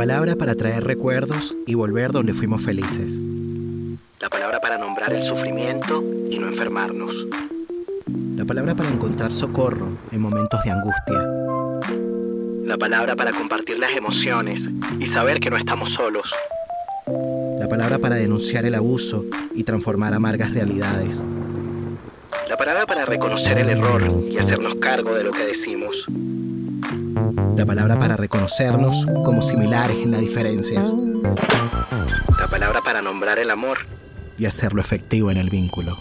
palabra para traer recuerdos y volver donde fuimos felices. La palabra para nombrar el sufrimiento y no enfermarnos. La palabra para encontrar socorro en momentos de angustia. La palabra para compartir las emociones y saber que no estamos solos. La palabra para denunciar el abuso y transformar amargas realidades. La palabra para reconocer el error y hacernos cargo de lo que decimos. La palabra para reconocernos como similares en las diferencias. La palabra para nombrar el amor y hacerlo efectivo en el vínculo.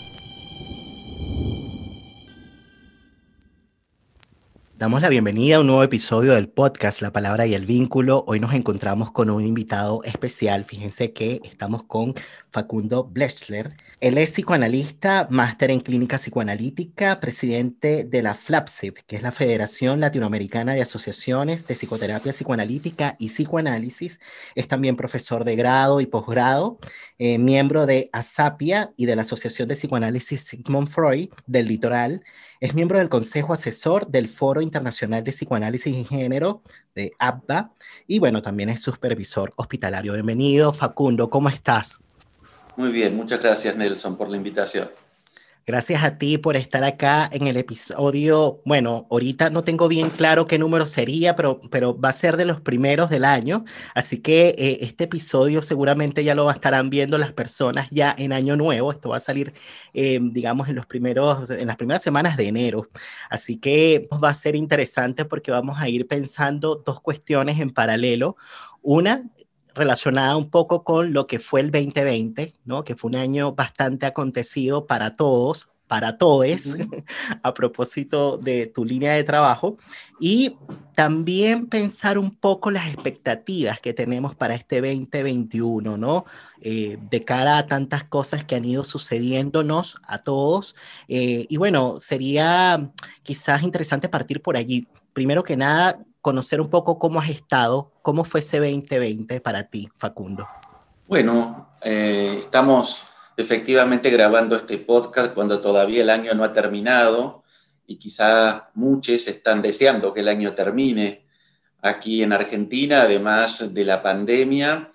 Damos la bienvenida a un nuevo episodio del podcast La Palabra y el Vínculo. Hoy nos encontramos con un invitado especial. Fíjense que estamos con Facundo Blechler. Él es psicoanalista, máster en clínica psicoanalítica, presidente de la FLAPSIP, que es la Federación Latinoamericana de Asociaciones de Psicoterapia Psicoanalítica y Psicoanálisis. Es también profesor de grado y posgrado, miembro de ASAPIA y de la Asociación de Psicoanálisis Sigmund Freud del Litoral. Es miembro del Consejo Asesor del Foro Internacional de Psicoanálisis y Género, de APDA, y bueno, también es supervisor hospitalario. Bienvenido, Facundo, ¿cómo estás? Muy bien, muchas gracias, Nelson, por la invitación. Gracias a ti por estar acá en el episodio. Bueno, ahorita no tengo bien claro qué número sería, pero va a ser de los primeros del año. Así que este episodio seguramente ya lo estarán viendo las personas ya en Año Nuevo. Esto va a salir, digamos, en las primeras semanas de enero. Así que va a ser interesante porque vamos a ir pensando dos cuestiones en paralelo. Una, relacionada un poco con lo que fue el 2020, ¿no? Que fue un año bastante acontecido para todos, para todes, a propósito de tu línea de trabajo, y también pensar un poco las expectativas que tenemos para este 2021, ¿no? De cara a tantas cosas que han ido sucediéndonos a todos. Y bueno, sería quizás interesante partir por allí. Primero que nada, conocer un poco cómo has estado, cómo fue ese 2020 para ti, Facundo. Bueno, estamos efectivamente grabando este podcast cuando todavía el año no ha terminado y quizá muchos están deseando que el año termine. Aquí en Argentina, además de la pandemia,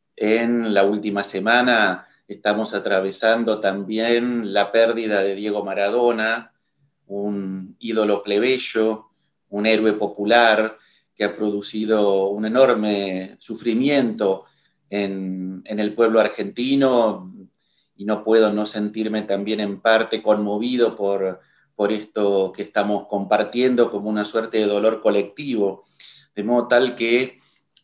en la última semana estamos atravesando también la pérdida de Diego Maradona, un ídolo plebeyo, un héroe popular que ha producido un enorme sufrimiento en el pueblo argentino, y no puedo no sentirme también en parte conmovido por esto que estamos compartiendo como una suerte de dolor colectivo, de modo tal que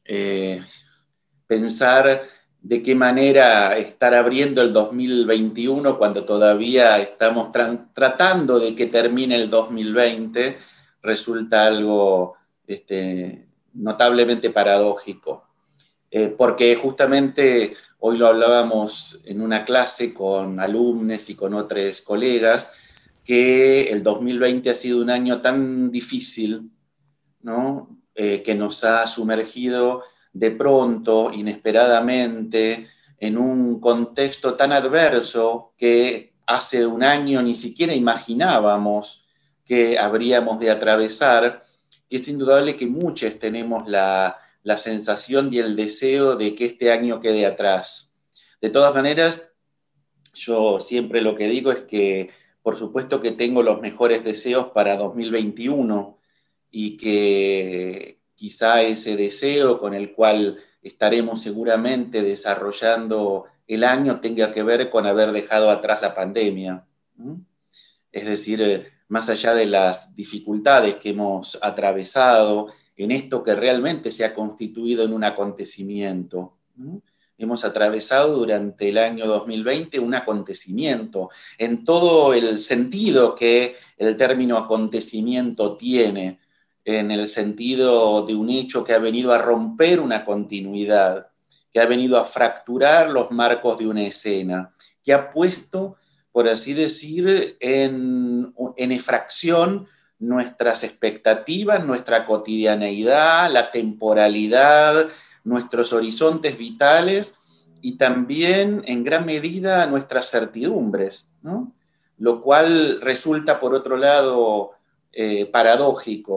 pensar de qué manera estar abriendo el 2021 cuando todavía estamos tratando de que termine el 2020 resulta algo notablemente paradójico. Porque justamente hoy lo hablábamos en una clase con alumnos y con otros colegas, que el 2020 ha sido un año tan difícil, ¿no? Que nos ha sumergido de pronto, inesperadamente, en un contexto tan adverso que hace un año ni siquiera imaginábamos que habríamos de atravesar, que es indudable que muchos tenemos la sensación y el deseo de que este año quede atrás. De todas maneras, yo siempre lo que digo es que, por supuesto que tengo los mejores deseos para 2021 y que quizá ese deseo con el cual estaremos seguramente desarrollando el año tenga que ver con haber dejado atrás la pandemia. Es decir, más allá de las dificultades que hemos atravesado en esto que realmente se ha constituido en un acontecimiento, hemos atravesado durante el año 2020 un acontecimiento, en todo el sentido que el término acontecimiento tiene, en el sentido de un hecho que ha venido a romper una continuidad, que ha venido a fracturar los marcos de una escena, que ha puesto, por así decir, en efracción nuestras expectativas, nuestra cotidianeidad, la temporalidad, nuestros horizontes vitales y también en gran medida nuestras certidumbres, ¿no? Lo cual resulta, por otro lado, paradójico,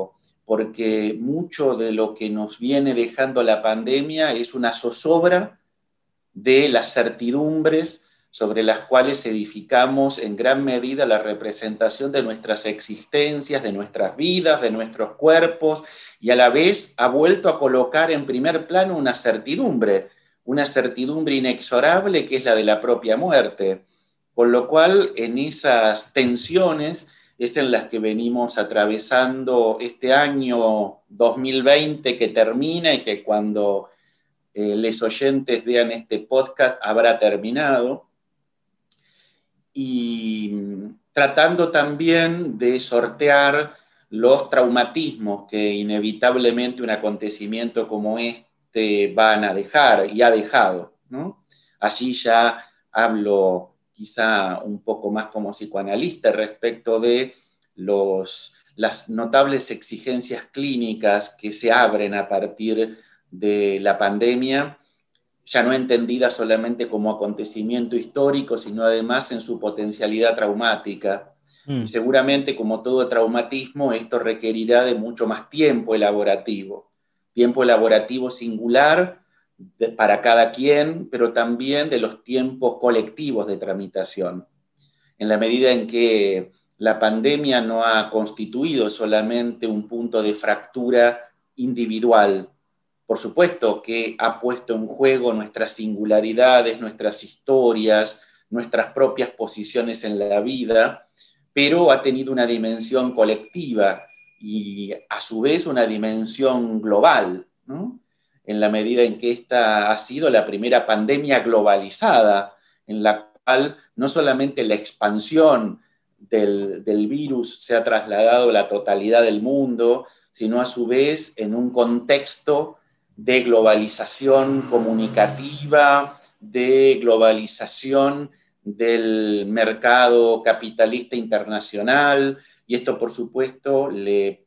porque mucho de lo que nos viene dejando la pandemia es una zozobra de las certidumbres sobre las cuales edificamos en gran medida la representación de nuestras existencias, de nuestras vidas, de nuestros cuerpos, y a la vez ha vuelto a colocar en primer plano una certidumbre inexorable que es la de la propia muerte. Con lo cual, en esas tensiones es en las que venimos atravesando este año 2020 que termina y que cuando les oyentes vean este podcast habrá terminado, y tratando también de sortear los traumatismos que inevitablemente un acontecimiento como este van a dejar y ha dejado, ¿no? Allí ya hablo quizá un poco más como psicoanalista respecto de las notables exigencias clínicas que se abren a partir de la pandemia, ya no entendida solamente como acontecimiento histórico, sino además en su potencialidad traumática. Y seguramente, como todo traumatismo, esto requerirá de mucho más tiempo elaborativo singular para cada quien, pero también de los tiempos colectivos de tramitación. En la medida en que la pandemia no ha constituido solamente un punto de fractura individual, por supuesto que ha puesto en juego nuestras singularidades, nuestras historias, nuestras propias posiciones en la vida, pero ha tenido una dimensión colectiva y a su vez una dimensión global, ¿no? En la medida en que esta ha sido la primera pandemia globalizada, en la cual no solamente la expansión del virus se ha trasladado a la totalidad del mundo, sino a su vez en un contexto de globalización comunicativa, de globalización del mercado capitalista internacional, y esto por supuesto le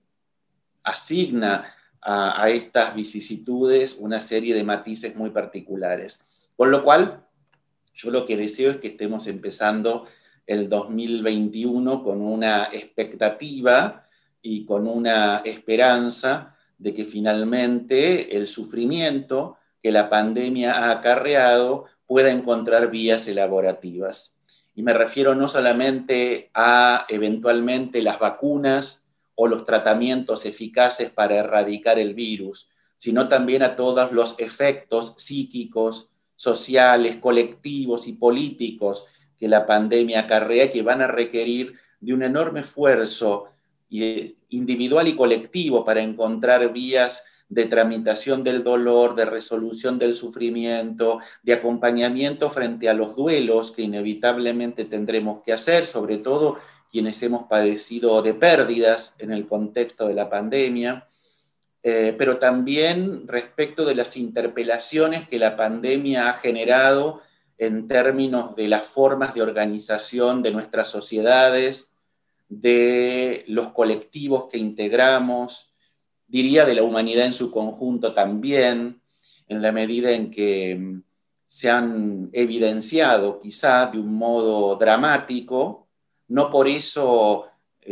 asigna a estas vicisitudes una serie de matices muy particulares. Con lo cual, yo lo que deseo es que estemos empezando el 2021 con una expectativa y con una esperanza de que finalmente el sufrimiento que la pandemia ha acarreado pueda encontrar vías elaborativas. Y me refiero no solamente a eventualmente las vacunas o los tratamientos eficaces para erradicar el virus, sino también a todos los efectos psíquicos, sociales, colectivos y políticos que la pandemia acarrea, que van a requerir de un enorme esfuerzo individual y colectivo para encontrar vías de tramitación del dolor, de resolución del sufrimiento, de acompañamiento frente a los duelos que inevitablemente tendremos que hacer, sobre todo quienes hemos padecido de pérdidas en el contexto de la pandemia, pero también respecto de las interpelaciones que la pandemia ha generado en términos de las formas de organización de nuestras sociedades, de los colectivos que integramos, diría de la humanidad en su conjunto también, en la medida en que se han evidenciado quizá de un modo dramático, no por eso,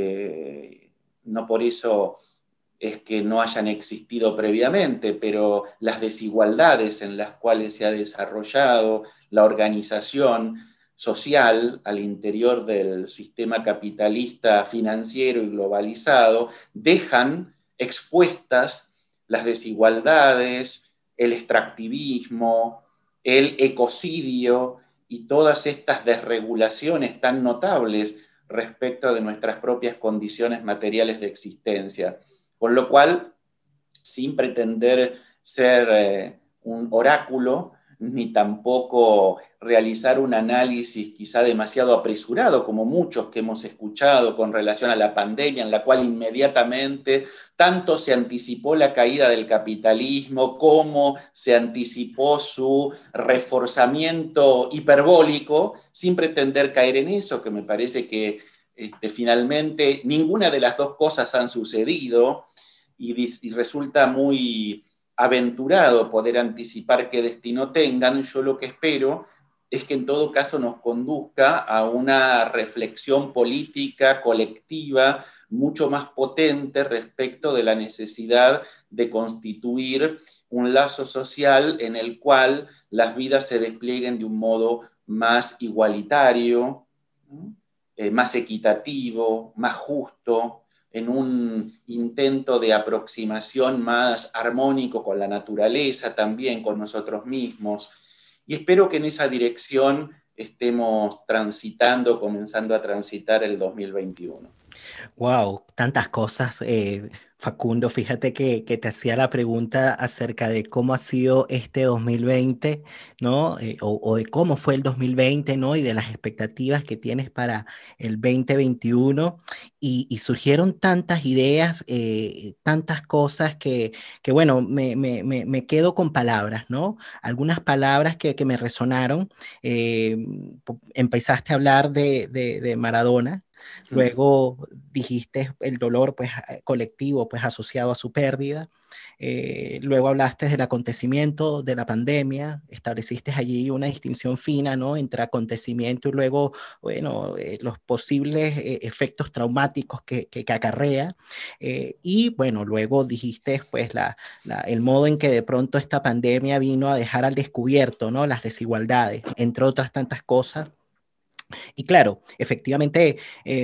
no por eso es que no hayan existido previamente, pero las desigualdades en las cuales se ha desarrollado la organización social al interior del sistema capitalista financiero y globalizado dejan expuestas las desigualdades, el extractivismo, el ecocidio y todas estas desregulaciones tan notables respecto de nuestras propias condiciones materiales de existencia. Con lo cual, sin pretender ser un oráculo, ni tampoco realizar un análisis quizá demasiado apresurado, como muchos que hemos escuchado con relación a la pandemia, en la cual inmediatamente tanto se anticipó la caída del capitalismo como se anticipó su reforzamiento hiperbólico, sin pretender caer en eso, que me parece que finalmente ninguna de las dos cosas han sucedido, y resulta muy aventurado poder anticipar qué destino tengan. Yo lo que espero es que en todo caso nos conduzca a una reflexión política, colectiva, mucho más potente respecto de la necesidad de constituir un lazo social en el cual las vidas se desplieguen de un modo más igualitario, ¿no? Más equitativo, más justo, en un intento de aproximación más armónico con la naturaleza, también con nosotros mismos. Y espero que en esa dirección estemos transitando, comenzando a transitar el 2021. Wow, tantas cosas, Facundo. Fíjate que te hacía la pregunta acerca de cómo ha sido este 2020, ¿no? O de cómo fue el 2020, ¿no? Y de las expectativas que tienes para el 2021. Y surgieron tantas ideas, tantas cosas que bueno, me quedo con palabras, ¿no? Algunas palabras que me resonaron. eh, Empezaste a hablar de Maradona. Luego dijiste el dolor pues, colectivo pues, asociado a su pérdida. Luego hablaste del acontecimiento de la pandemia, estableciste allí una distinción fina, ¿no? Entre acontecimiento y luego, bueno, los posibles efectos traumáticos que acarrea. Y bueno, luego dijiste pues el modo en que de pronto esta pandemia vino a dejar al descubierto, ¿no? Las desigualdades, entre otras tantas cosas. Y claro, efectivamente,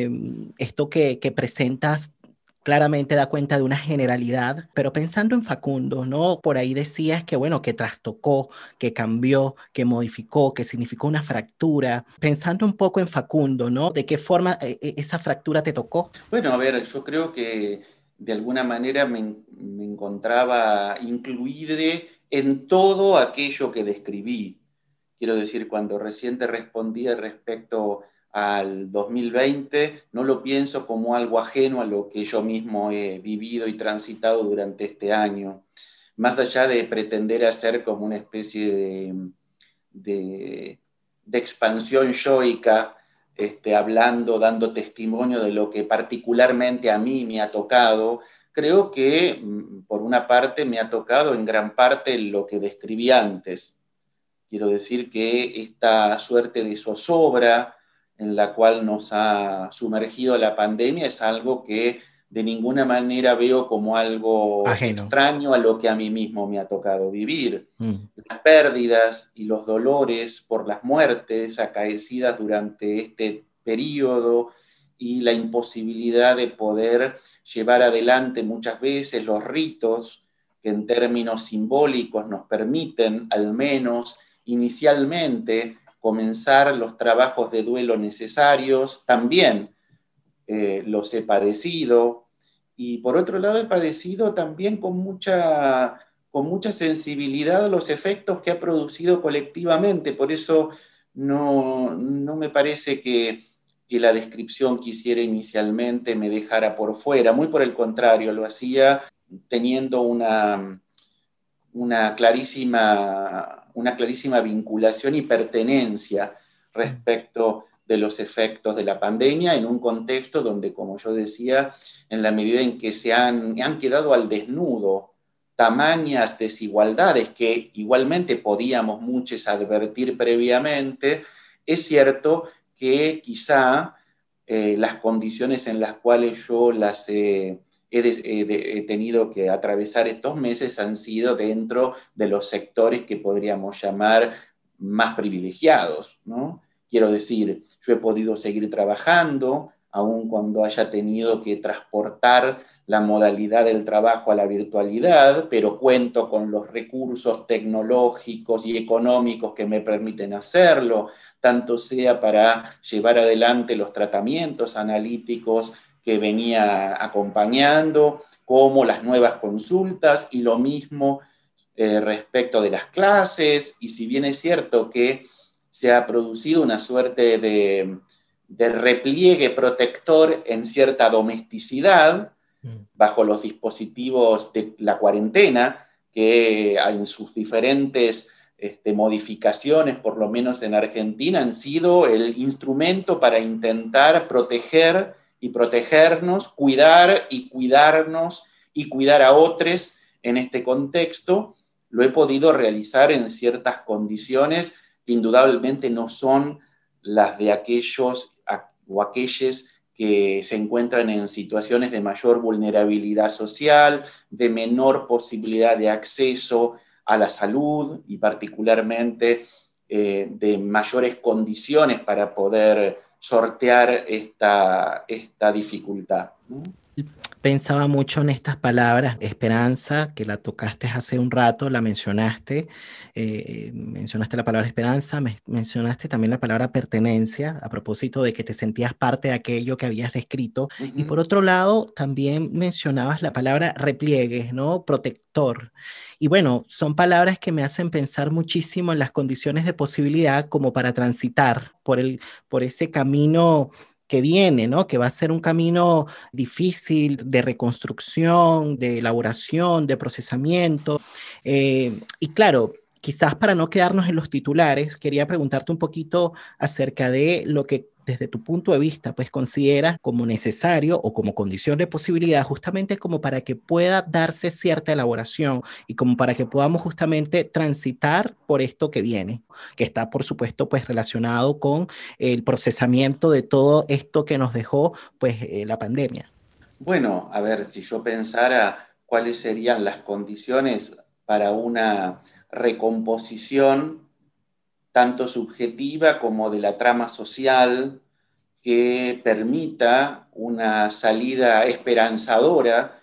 esto que presentas claramente da cuenta de una generalidad, pero pensando en Facundo, ¿no? Por ahí decías que, bueno, que trastocó, que cambió, que modificó, que significó una fractura. Pensando un poco en Facundo, ¿no? ¿De qué forma esa fractura te tocó? Bueno, a ver, yo creo que de alguna manera me encontraba incluido en todo aquello que describí. Quiero decir, cuando recién te respondí respecto al 2020, no lo pienso como algo ajeno a lo que yo mismo he vivido y transitado durante este año. Más allá de pretender hacer como una especie de, de expansión yoica, hablando, dando testimonio de lo que particularmente a mí me ha tocado, creo que por una parte me ha tocado en gran parte lo que describí antes. Quiero decir que esta suerte de zozobra en la cual nos ha sumergido la pandemia es algo que de ninguna manera veo como algo Ajeno. extraño a lo que a mí mismo me ha tocado vivir. Mm. Las pérdidas y los dolores por las muertes acaecidas durante este periodo y la imposibilidad de poder llevar adelante muchas veces los ritos que en términos simbólicos nos permiten al menos inicialmente comenzar los trabajos de duelo necesarios, también los he padecido. Y por otro lado he padecido también con mucha sensibilidad los efectos que ha producido colectivamente. Por eso no me parece que la descripción que hiciera inicialmente me dejara por fuera. Muy por el contrario, lo hacía teniendo una clarísima vinculación y pertenencia respecto de los efectos de la pandemia en un contexto donde, como yo decía, en la medida en que han quedado al desnudo tamañas desigualdades que igualmente podíamos muchos advertir previamente, es cierto que quizá las condiciones en las cuales yo he tenido que atravesar estos meses han sido dentro de los sectores que podríamos llamar más privilegiados, ¿no? Quiero decir, yo he podido seguir trabajando, aun cuando haya tenido que transportar la modalidad del trabajo a la virtualidad, pero cuento con los recursos tecnológicos y económicos que me permiten hacerlo, tanto sea para llevar adelante los tratamientos analíticos que venía acompañando, como las nuevas consultas y lo mismo respecto de las clases. Y si bien es cierto que se ha producido una suerte de repliegue protector en cierta domesticidad bajo los dispositivos de la cuarentena, que en sus diferentes modificaciones, por lo menos en Argentina, han sido el instrumento para intentar proteger y protegernos, cuidar y cuidarnos y cuidar a otros en este contexto, lo he podido realizar en ciertas condiciones que indudablemente no son las de aquellos o aquellas que se encuentran en situaciones de mayor vulnerabilidad social, de menor posibilidad de acceso a la salud y particularmente de mayores condiciones para poder sortear esta dificultad, ¿no? Pensaba mucho en estas palabras, esperanza, que la tocaste hace un rato, la mencionaste, mencionaste la palabra esperanza, mencionaste también la palabra pertenencia, a propósito de que te sentías parte de aquello que habías descrito, y por otro lado, también mencionabas la palabra repliegue, ¿no? Protector. Y bueno, son palabras que me hacen pensar muchísimo en las condiciones de posibilidad como para transitar por ese camino que viene, ¿no? Que va a ser un camino difícil de reconstrucción, de elaboración, de procesamiento. Y claro, quizás para no quedarnos en los titulares, quería preguntarte un poquito acerca de lo que desde tu punto de vista, pues consideras como necesario o como condición de posibilidad, justamente como para que pueda darse cierta elaboración y como para que podamos justamente transitar por esto que viene, que está, por supuesto, pues relacionado con el procesamiento de todo esto que nos dejó, pues, la pandemia. Bueno, a ver, si yo pensara cuáles serían las condiciones para una recomposición tanto subjetiva como de la trama social que permita una salida esperanzadora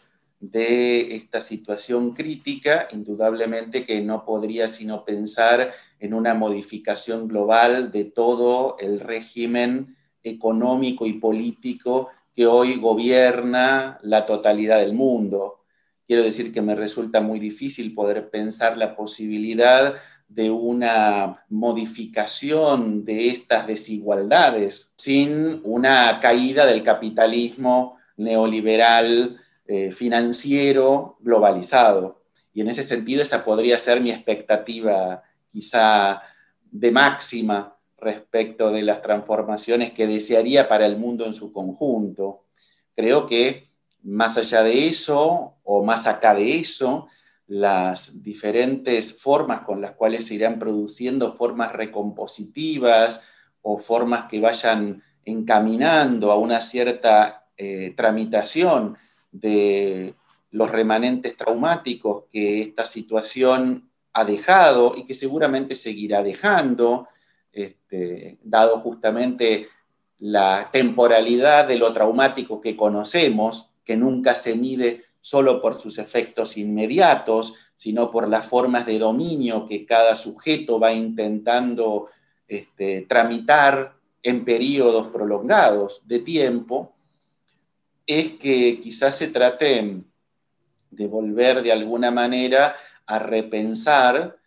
de esta situación crítica, indudablemente que no podría sino pensar en una modificación global de todo el régimen económico y político que hoy gobierna la totalidad del mundo. Quiero decir que me resulta muy difícil poder pensar la posibilidad de una modificación de estas desigualdades sin una caída del capitalismo neoliberal financiero globalizado. Y en ese sentido esa podría ser mi expectativa quizá de máxima respecto de las transformaciones que desearía para el mundo en su conjunto. Creo que más allá de eso, o más acá de eso, las diferentes formas con las cuales se irán produciendo formas recompositivas o formas que vayan encaminando a una cierta tramitación de los remanentes traumáticos que esta situación ha dejado y que seguramente seguirá dejando, dado justamente la temporalidad de lo traumático que conocemos, que nunca se mide solo por sus efectos inmediatos, sino por las formas de dominio que cada sujeto va intentando tramitar en periodos prolongados de tiempo, es que quizás se trate de volver de alguna manera a repensar,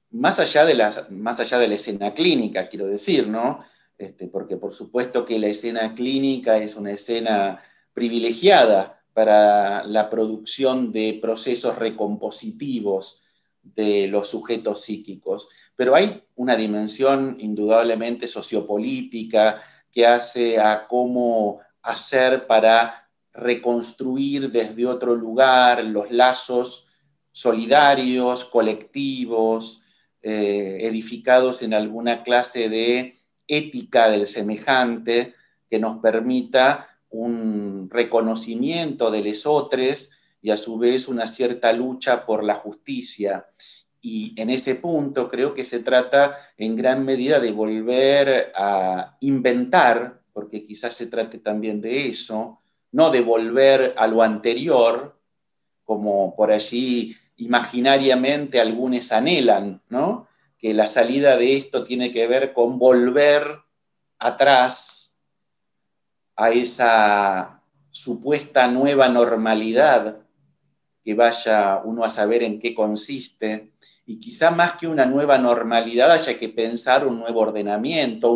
más allá de la escena clínica, quiero decir, ¿no? Porque por supuesto que la escena clínica es una escena privilegiada para la producción de procesos recompositivos de los sujetos psíquicos, pero hay una dimensión indudablemente sociopolítica que hace a cómo hacer para reconstruir desde otro lugar los lazos solidarios, colectivos, edificados en alguna clase de ética del semejante que nos permita un reconocimiento de lesotres y a su vez una cierta lucha por la justicia. Y en ese punto creo que se trata en gran medida de volver a inventar, porque quizás se trate también de eso, no de volver a lo anterior, como por allí imaginariamente algunos anhelan, ¿no? Que la salida de esto tiene que ver con volver atrás a esa supuesta nueva normalidad que vaya uno a saber en qué consiste, y quizá más que una nueva normalidad haya que pensar un nuevo ordenamiento,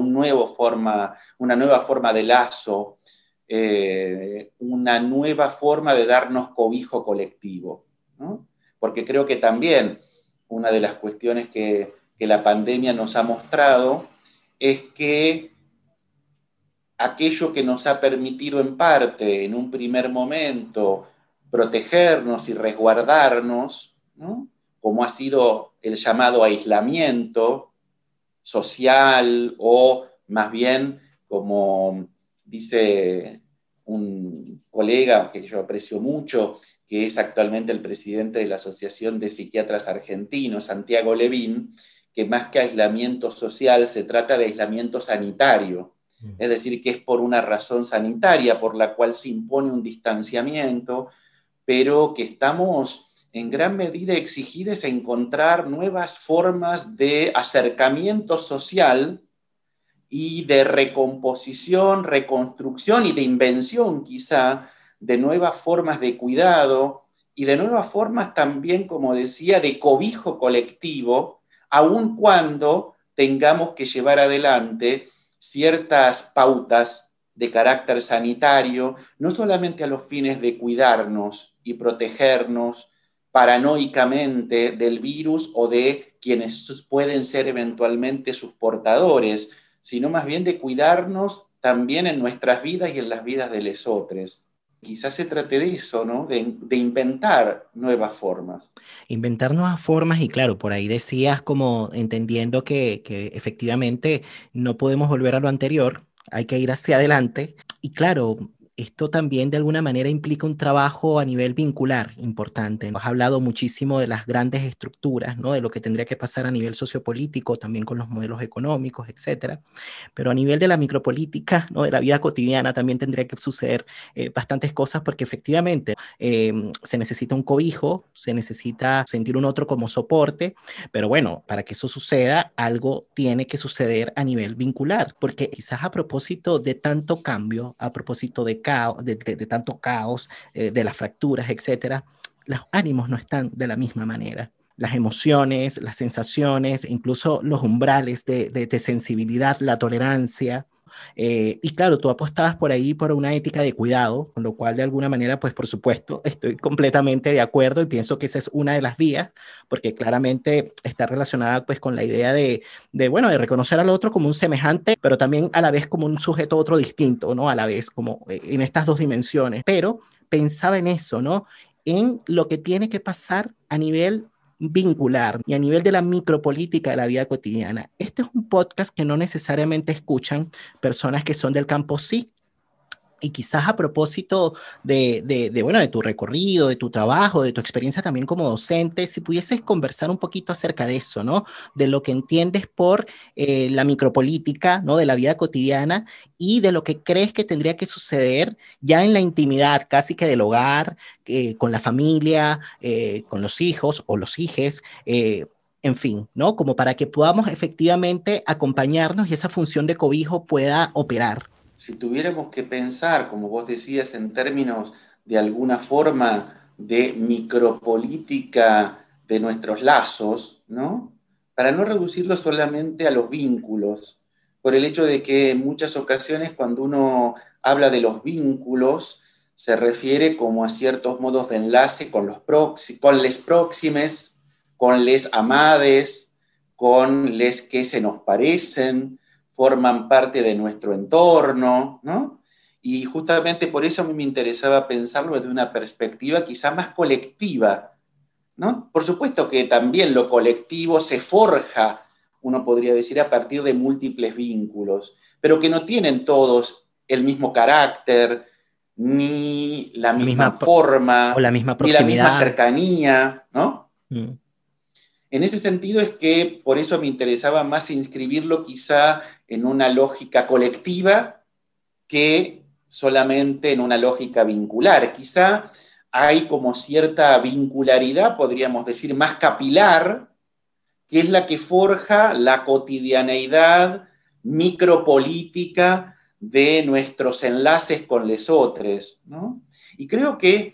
una nueva forma de lazo, una nueva forma de darnos cobijo colectivo, ¿no? Porque creo que también una de las cuestiones que la pandemia nos ha mostrado es que aquello que nos ha permitido en parte, en un primer momento, protegernos y resguardarnos, ¿no? Como ha sido el llamado aislamiento social o más bien, como dice un colega que yo aprecio mucho, que es actualmente el presidente de la Asociación de Psiquiatras Argentinos, Santiago Levín, que más que aislamiento social se trata de aislamiento sanitario. Es decir, que es por una razón sanitaria por la cual se impone un distanciamiento, pero que estamos en gran medida exigidos a encontrar nuevas formas de acercamiento social y de recomposición, reconstrucción y de invención quizá de nuevas formas de cuidado y de nuevas formas también, como decía, de cobijo colectivo, aun cuando tengamos que llevar adelante ciertas pautas de carácter sanitario, no solamente a los fines de cuidarnos y protegernos paranoicamente del virus o de quienes pueden ser eventualmente sus portadores, sino más bien de cuidarnos también en nuestras vidas y en las vidas de los otros. Quizás se trate de eso, ¿no? De inventar nuevas formas. Inventar nuevas formas y claro, por ahí decías como entendiendo que efectivamente no podemos volver a lo anterior, hay que ir hacia adelante. Y claro, esto también de alguna manera implica un trabajo a nivel vincular importante. Has hablado muchísimo de las grandes estructuras, ¿no? De lo que tendría que pasar a nivel sociopolítico, también con los modelos económicos, etcétera. Pero a nivel de la micropolítica, ¿no? De la vida cotidiana también tendría que suceder bastantes cosas porque efectivamente se necesita un cobijo, se necesita sentir un otro como soporte, pero bueno, para que eso suceda, algo tiene que suceder a nivel vincular, porque quizás a propósito de tanto cambio, a propósito de caos, de tanto caos, de las fracturas, etcétera, los ánimos no están de la misma manera. Las emociones, las sensaciones, incluso los umbrales de sensibilidad, la tolerancia, y claro, tú apostabas por ahí por una ética de cuidado, con lo cual de alguna manera, pues por supuesto, estoy completamente de acuerdo y pienso que esa es una de las vías, porque claramente está relacionada pues con la idea bueno, de reconocer al otro como un semejante, pero también a la vez como un sujeto otro distinto, ¿no? A la vez, como en estas dos dimensiones. Pero pensaba en eso, ¿no? En lo que tiene que pasar a nivel vincular y a nivel de la micropolítica de la vida cotidiana. Este es un podcast que no necesariamente escuchan personas que son del campo, sí. Y quizás a propósito bueno, de tu recorrido, de tu trabajo, de tu experiencia también como docente, si pudieses conversar un poquito acerca de eso, ¿no? De lo que entiendes por la micropolítica, ¿no? De la vida cotidiana y de lo que crees que tendría que suceder ya en la intimidad, casi que del hogar, con la familia, con los hijos o los hijes, en fin, ¿no? Como para que podamos efectivamente acompañarnos y esa función de cobijo pueda operar. Si tuviéramos que pensar, como vos decías, en términos de alguna forma de micropolítica de nuestros lazos, ¿no? Para no reducirlo solamente a los vínculos, por el hecho de que en muchas ocasiones cuando uno habla de los vínculos, se refiere como a ciertos modos de enlace con con les próximes, con les amades, con les que se nos parecen, forman parte de nuestro entorno, ¿no? Y justamente por eso a mí me interesaba pensarlo desde una perspectiva quizá más colectiva, ¿no? Por supuesto que también lo colectivo se forja, uno podría decir, a partir de múltiples vínculos, pero que no tienen todos el mismo carácter, ni la La misma misma o forma, la misma ni la misma proximidad. cercanía, ¿no? Mm. En ese sentido es que por eso me interesaba más inscribirlo quizá en una lógica colectiva que solamente en una lógica vincular. Quizá hay como cierta vincularidad, podríamos decir, más capilar, que es la que forja la cotidianeidad micropolítica de nuestros enlaces con les otros, ¿no? Y creo que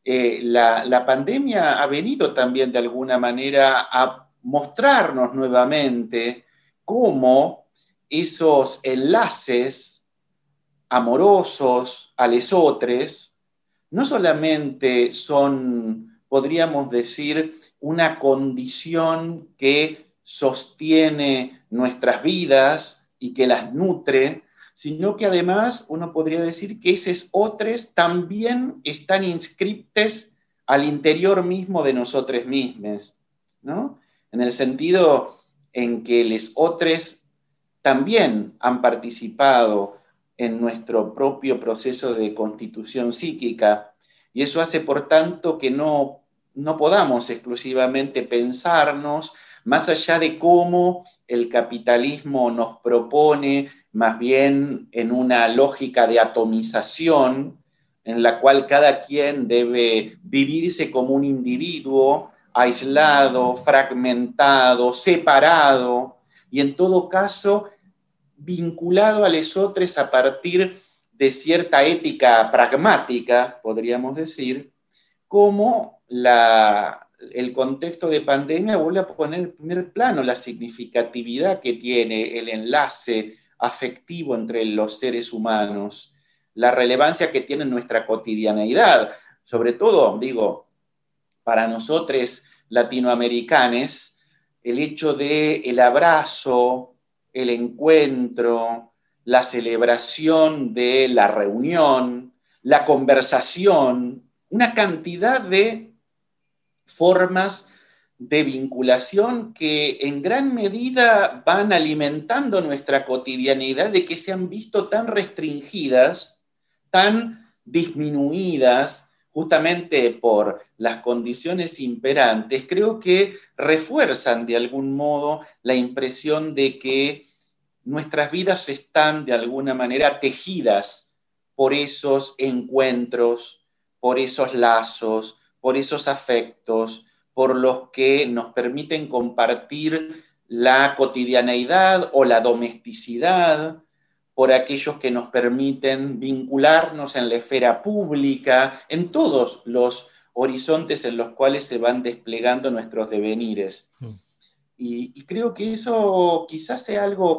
la pandemia ha venido también de alguna manera a mostrarnos nuevamente cómo esos enlaces amorosos a lesotres no solamente son, podríamos decir, una condición que sostiene nuestras vidas y que las nutre, sino que además uno podría decir que esos otros también están inscriptos al interior mismo de nosotros mismos, ¿no? En el sentido en que los otros también han participado en nuestro propio proceso de constitución psíquica. Y eso hace, por tanto, que no podamos exclusivamente pensarnos más allá de cómo el capitalismo nos propone, más bien en una lógica de atomización, en la cual cada quien debe vivirse como un individuo aislado, fragmentado, separado, y en todo caso vinculado a lesotres a partir de cierta ética pragmática, podríamos decir, como el contexto de pandemia vuelve a poner en primer plano la significatividad que tiene el enlace afectivo entre los seres humanos, la relevancia que tiene en nuestra cotidianeidad, sobre todo, digo, para nosotros latinoamericanos, el hecho de el abrazo, el encuentro, la celebración de la reunión, la conversación, una cantidad de formas de vinculación que en gran medida van alimentando nuestra cotidianidad de que se han visto tan restringidas, tan disminuidas, justamente por las condiciones imperantes, creo que refuerzan de algún modo la impresión de que nuestras vidas están de alguna manera tejidas por esos encuentros, por esos lazos, por esos afectos, por los que nos permiten compartir la cotidianeidad o la domesticidad, por aquellos que nos permiten vincularnos en la esfera pública, en todos los horizontes en los cuales se van desplegando nuestros devenires. Mm. Y creo que eso quizás sea algo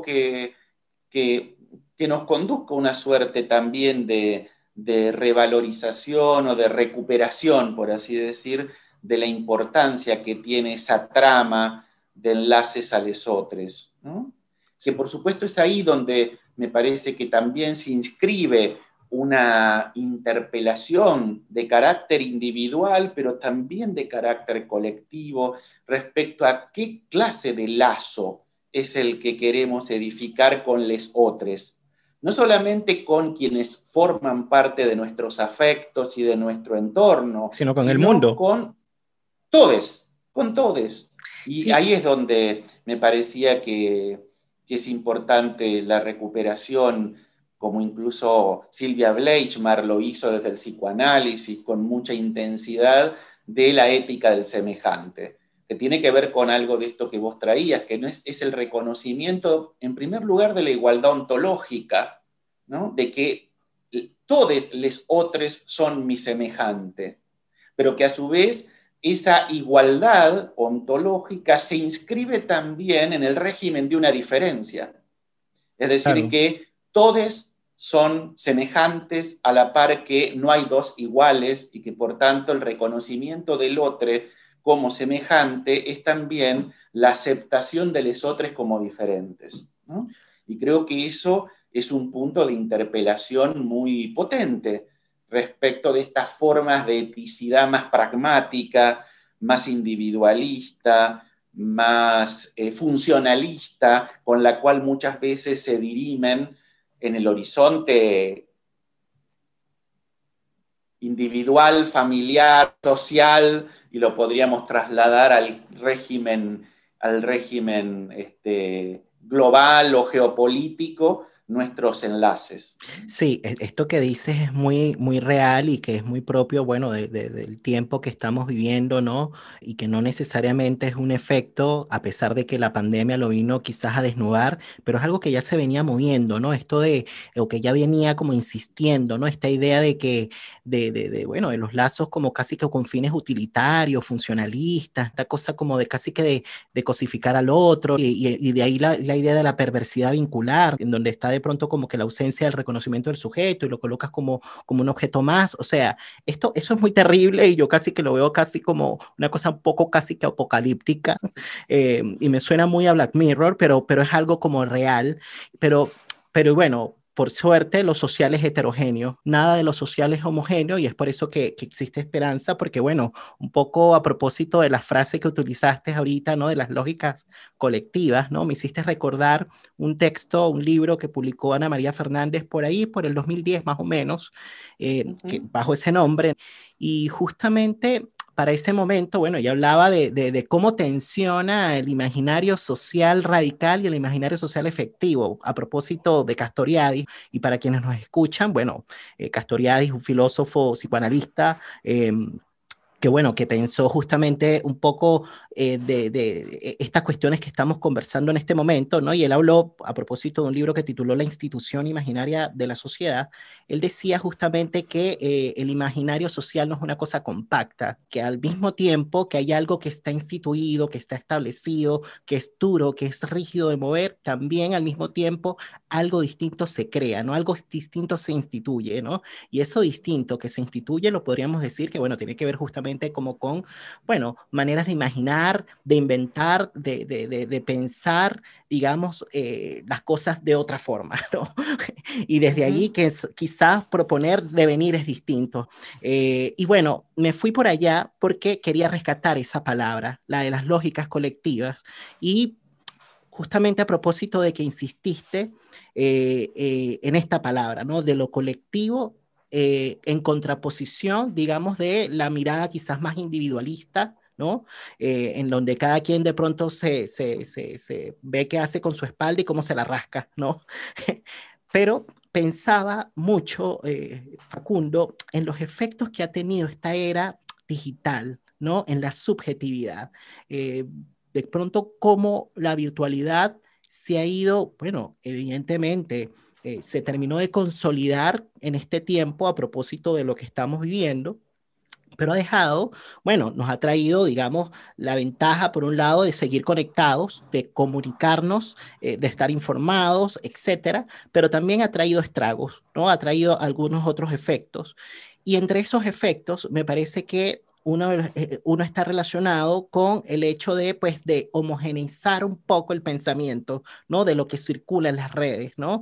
que, que nos conduzca a una suerte también de revalorización o de recuperación, por así decir, de la importancia que tiene esa trama de enlaces a lesotres, ¿no? Que por supuesto es ahí donde me parece que también se inscribe una interpelación de carácter individual, pero también de carácter colectivo respecto a qué clase de lazo es el que queremos edificar con les otros. No solamente con quienes forman parte de nuestros afectos y de nuestro entorno, Sino con el sino mundo. con todes, con todes. Y Sí, ahí es donde me parecía que es importante la recuperación, como incluso Silvia Bleichmar lo hizo desde el psicoanálisis con mucha intensidad, de la ética del semejante, que tiene que ver con algo de esto que vos traías, que no es el reconocimiento, en primer lugar, de la igualdad ontológica, ¿no? De que todos les otros son mi semejante, pero que a su vez esa igualdad ontológica se inscribe también en el régimen de una diferencia. Es decir, claro. que todos son semejantes a la par que no hay dos iguales y que por tanto el reconocimiento del otro como semejante es también la aceptación de los otros como diferentes, ¿no? Y creo que eso es un punto de interpelación muy potente respecto de estas formas de eticidad más pragmática, más individualista, más funcionalista, con la cual muchas veces se dirimen en el horizonte individual, familiar, social, y lo podríamos trasladar al régimen global o geopolítico, nuestros enlaces. Sí, esto que dices es muy, muy real y que es muy propio, bueno, del tiempo que estamos viviendo, ¿no? Y que no necesariamente es un efecto, a pesar de que la pandemia lo vino quizás a desnudar, pero es algo que ya se venía moviendo, ¿no? Esto de, o que ya venía como insistiendo, ¿no? Esta idea de que, bueno, de los lazos como casi que con fines utilitarios, funcionalistas, esta cosa como de casi que de cosificar al otro, y de ahí la idea de la perversidad vincular, en donde está de pronto como que la ausencia del reconocimiento del sujeto y lo colocas como un objeto más. O sea, eso es muy terrible y yo casi que lo veo casi como una cosa un poco casi que apocalíptica, y me suena muy a Black Mirror, pero es algo como real, pero bueno. por suerte, lo social es heterogéneo, nada de lo social es homogéneo y es por eso que existe esperanza, porque bueno, un poco a propósito de la frase que utilizaste ahorita, ¿no? De las lógicas colectivas, ¿no? Me hiciste recordar un texto, un libro que publicó Ana María Fernández por ahí, por el 2010 más o menos, que, bajo ese nombre, y justamente para ese momento, bueno, ya hablaba de cómo tensiona el imaginario social radical y el imaginario social efectivo, a propósito de Castoriadis, y para quienes nos escuchan, bueno, Castoriadis, un filósofo psicoanalista, que bueno, que pensó justamente un poco de estas cuestiones que estamos conversando en este momento, ¿no? Y él habló a propósito de un libro que tituló La institución imaginaria de la sociedad. Él decía justamente que el imaginario social no es una cosa compacta, que al mismo tiempo que hay algo que está instituido, que está establecido, que es duro, que es rígido de mover, también al mismo tiempo algo distinto se crea, ¿no? Algo distinto se instituye, ¿no? Y eso distinto que se instituye lo podríamos decir que, bueno, tiene que ver justamente como con, bueno, maneras de imaginar, de inventar, de pensar, digamos, las cosas de otra forma, ¿no? Y desde allí que es, quizás proponer devenires distintos. Y bueno, me fui por allá porque quería rescatar esa palabra, la de las lógicas colectivas, y justamente a propósito de que insististe en esta palabra, ¿no? De lo colectivo en contraposición, digamos, de la mirada quizás más individualista, ¿no? En donde cada quien de pronto se ve qué hace con su espalda y cómo se la rasca, ¿no? Pero pensaba mucho, Facundo, en los efectos que ha tenido esta era digital, ¿no? En la subjetividad. Eh, de pronto, cómo la virtualidad se ha ido, bueno, evidentemente, se terminó de consolidar en este tiempo a propósito de lo que estamos viviendo, pero ha dejado, bueno, nos ha traído, digamos, la ventaja, por un lado, de seguir conectados, de comunicarnos, de estar informados, etcétera, pero también ha traído estragos, ¿no? Ha traído algunos otros efectos. Y entre esos efectos, me parece que uno está relacionado con el hecho de, pues, de homogeneizar un poco el pensamiento, ¿no? De lo que circula en las redes, ¿no?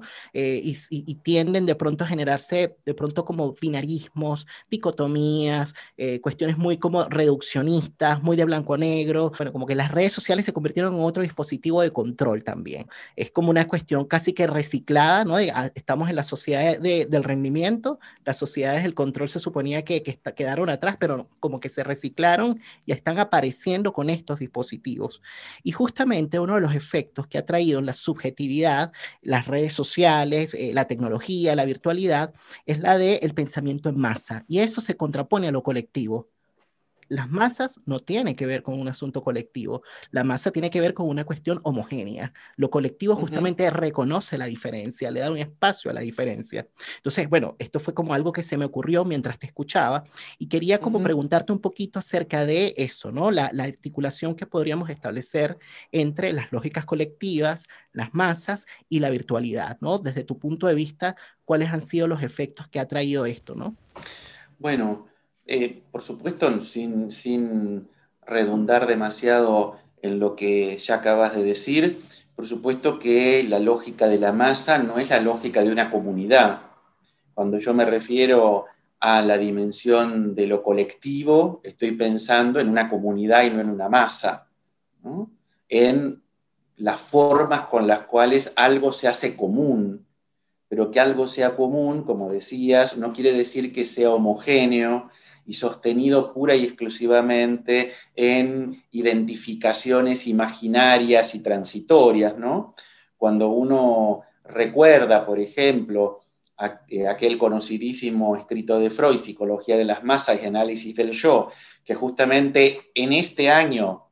Y tienden de pronto a generarse, de pronto como binarismos, dicotomías, cuestiones muy como reduccionistas, muy de blanco-negro. Bueno, como que las redes sociales se convirtieron en otro dispositivo de control también. Es como una cuestión casi que reciclada, ¿no? Estamos en la sociedad del rendimiento, las sociedades del control se suponía que quedaron atrás, pero como que se reciclaron y están apareciendo con estos dispositivos. Y justamente uno de los efectos que ha traído en la subjetividad, las redes sociales, la tecnología, la virtualidad, es la del pensamiento en masa. Y eso se contrapone a lo colectivo. Las masas no tienen que ver con un asunto colectivo, la masa tiene que ver con una cuestión homogénea. Lo colectivo justamente reconoce la diferencia, le da un espacio a la diferencia. Entonces, bueno, esto fue como algo que se me ocurrió mientras te escuchaba y quería como preguntarte un poquito acerca de eso, ¿no? La articulación que podríamos establecer entre las lógicas colectivas, las masas y la virtualidad, ¿no? Desde tu punto de vista, ¿cuáles han sido los efectos que ha traído esto, ¿no? Bueno, por supuesto, sin redundar demasiado en lo que ya acabas de decir, por supuesto que la lógica de la masa no es la lógica de una comunidad. Cuando yo me refiero a la dimensión de lo colectivo, estoy pensando en una comunidad y no en una masa, ¿no? En las formas con las cuales algo se hace común, pero que algo sea común, como decías, no quiere decir que sea homogéneo y sostenido pura y exclusivamente en identificaciones imaginarias y transitorias, ¿no? Cuando uno recuerda, por ejemplo, aquel conocidísimo escrito de Freud, Psicología de las Masas y Análisis del Yo, que justamente en este año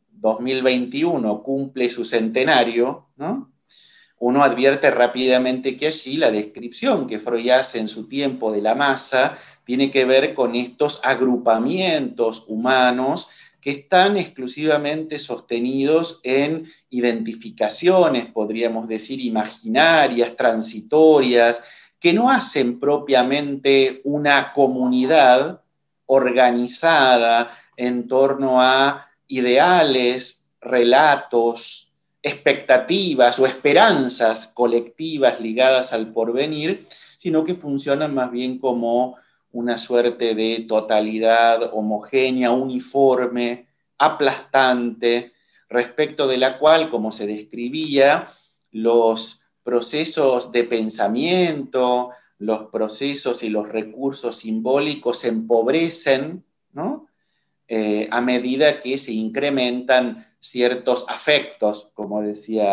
2021 cumple su centenario, ¿no? Uno advierte rápidamente que allí la descripción que Freud hace en su tiempo de la masa tiene que ver con estos agrupamientos humanos que están exclusivamente sostenidos en identificaciones, podríamos decir, imaginarias, transitorias, que no hacen propiamente una comunidad organizada en torno a ideales, relatos, expectativas o esperanzas colectivas ligadas al porvenir, sino que funcionan más bien como una suerte de totalidad homogénea, uniforme, aplastante, respecto de la cual, como se describía, los procesos de pensamiento, los procesos y los recursos simbólicos se empobrecen, ¿no? A medida que se incrementan ciertos afectos, como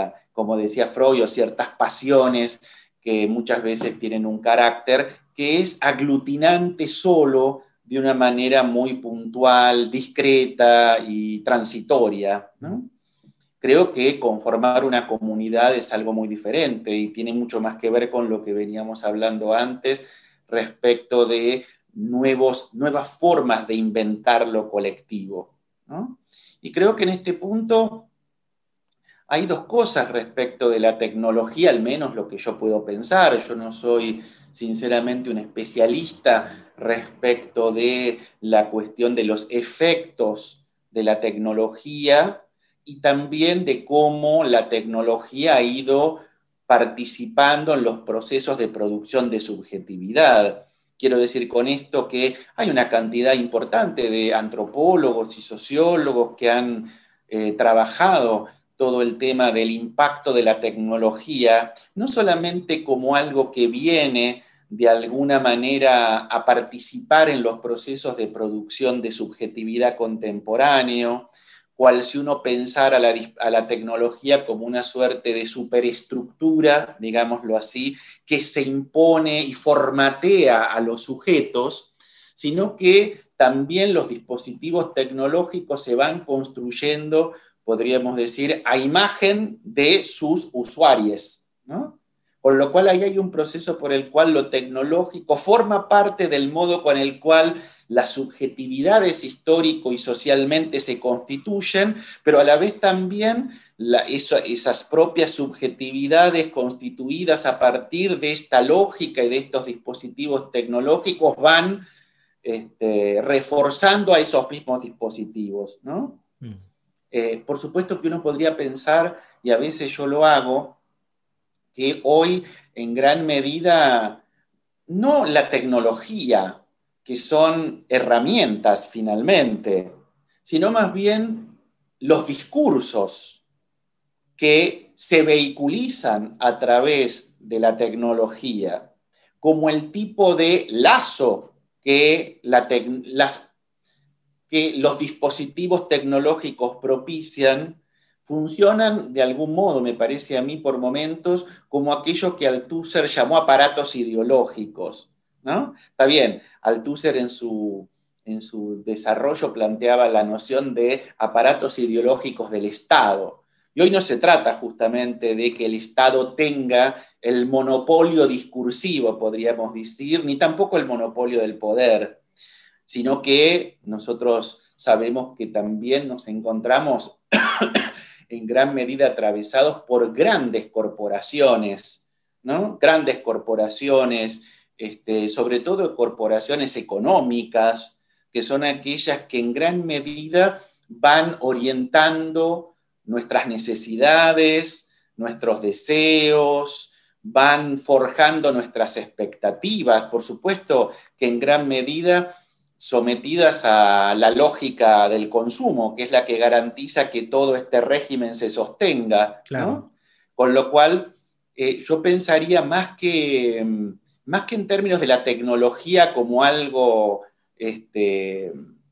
decía Freud, o ciertas pasiones que muchas veces tienen un carácter que es aglutinante solo de una manera muy puntual, discreta y transitoria, ¿no? Creo que conformar una comunidad es algo muy diferente y tiene mucho más que ver con lo que veníamos hablando antes respecto de nuevas formas de inventar lo colectivo, ¿no? Y creo que en este punto hay dos cosas respecto de la tecnología, al menos lo que yo puedo pensar. Yo no soy sinceramente un especialista respecto de la cuestión de los efectos de la tecnología y también de cómo la tecnología ha ido participando en los procesos de producción de subjetividad. Quiero decir con esto que hay una cantidad importante de antropólogos y sociólogos que han trabajado todo el tema del impacto de la tecnología, no solamente como algo que viene de alguna manera a participar en los procesos de producción de subjetividad contemporáneo, cual si uno pensara a la tecnología como una suerte de superestructura, digámoslo así, que se impone y formatea a los sujetos, sino que también los dispositivos tecnológicos se van construyendo, podríamos decir, a imagen de sus usuarios, ¿no? Con lo cual ahí hay un proceso por el cual lo tecnológico forma parte del modo con el cual las subjetividades histórico y socialmente se constituyen, pero a la vez también esas propias subjetividades constituidas a partir de esta lógica y de estos dispositivos tecnológicos van reforzando a esos mismos dispositivos, ¿no? Por supuesto que uno podría pensar, y a veces yo lo hago, que hoy en gran medida no la tecnología, que son herramientas finalmente, sino más bien los discursos que se vehiculizan a través de la tecnología, como el tipo de lazo que los dispositivos tecnológicos propician, funcionan de algún modo, me parece a mí por momentos, como aquello que Althusser llamó aparatos ideológicos, ¿no? Está bien, Althusser en su desarrollo planteaba la noción de aparatos ideológicos del Estado. Y hoy no se trata justamente de que el Estado tenga el monopolio discursivo, podríamos decir, ni tampoco el monopolio del poder, sino que nosotros sabemos que también nos encontramos en gran medida atravesados por grandes corporaciones, ¿no? Grandes corporaciones, sobre todo corporaciones económicas, que son aquellas que en gran medida van orientando nuestras necesidades, nuestros deseos, van forjando nuestras expectativas, por supuesto que en gran medida sometidas a la lógica del consumo, que es la que garantiza que todo este régimen se sostenga, Claro. ¿no? Con lo cual, yo pensaría más que en términos de la tecnología como algo que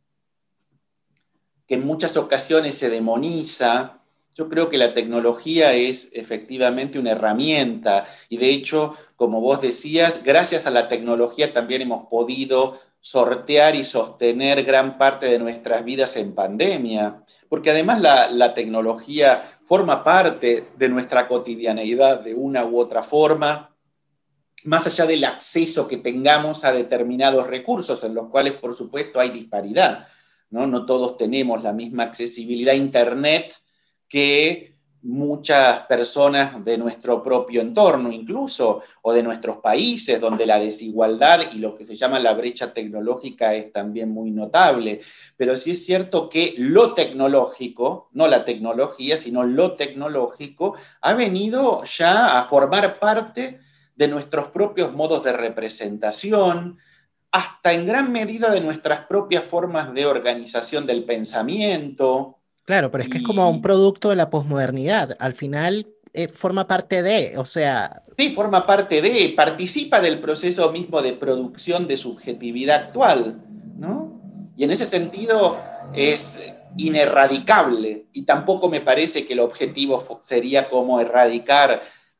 en muchas ocasiones se demoniza. Yo creo que la tecnología es efectivamente una herramienta y de hecho, como vos decías, gracias a la tecnología también hemos podido sortear y sostener gran parte de nuestras vidas en pandemia, porque además la tecnología forma parte de nuestra cotidianeidad de una u otra forma, más allá del acceso que tengamos a determinados recursos, en los cuales por supuesto hay disparidad, ¿no? No todos tenemos la misma accesibilidad a Internet que muchas personas de nuestro propio entorno incluso, o de nuestros países, donde la desigualdad y lo que se llama la brecha tecnológica es también muy notable. Pero sí es cierto que lo tecnológico, no la tecnología, sino lo tecnológico, ha venido ya a formar parte de nuestros propios modos de representación, hasta en gran medida de nuestras propias formas de organización del pensamiento. Claro, pero es que es como un Y producto de la posmodernidad. Al final forma parte de, o sea, sí, forma parte de, participa del proceso mismo de producción de subjetividad actual, ¿no? Y en ese sentido es inerradicable, y tampoco me parece que el objetivo sería como erradicar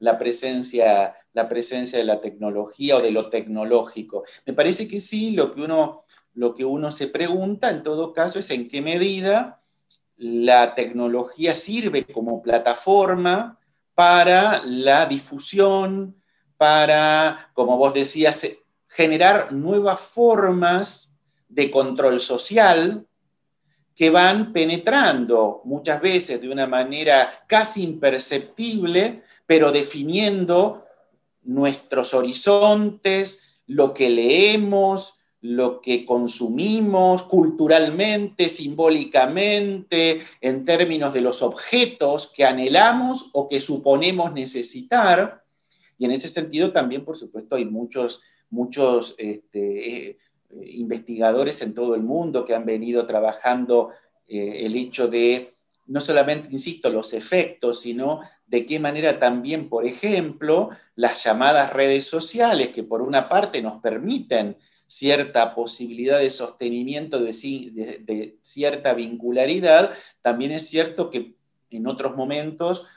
la presencia de la tecnología o de lo tecnológico. Me parece que sí, lo que uno se pregunta en todo caso es en qué medida la tecnología sirve como plataforma para la difusión, para, como vos decías, generar nuevas formas de control social que van penetrando muchas veces de una manera casi imperceptible, pero definiendo nuestros horizontes, lo que leemos, lo que consumimos culturalmente, simbólicamente, en términos de los objetos que anhelamos o que suponemos necesitar. Y en ese sentido también, por supuesto, hay muchos investigadores en todo el mundo que han venido trabajando el hecho de, no solamente, insisto, los efectos, sino de qué manera también, por ejemplo, las llamadas redes sociales, que por una parte nos permiten cierta posibilidad de sostenimiento de cierta vincularidad, también es cierto que en otros momentos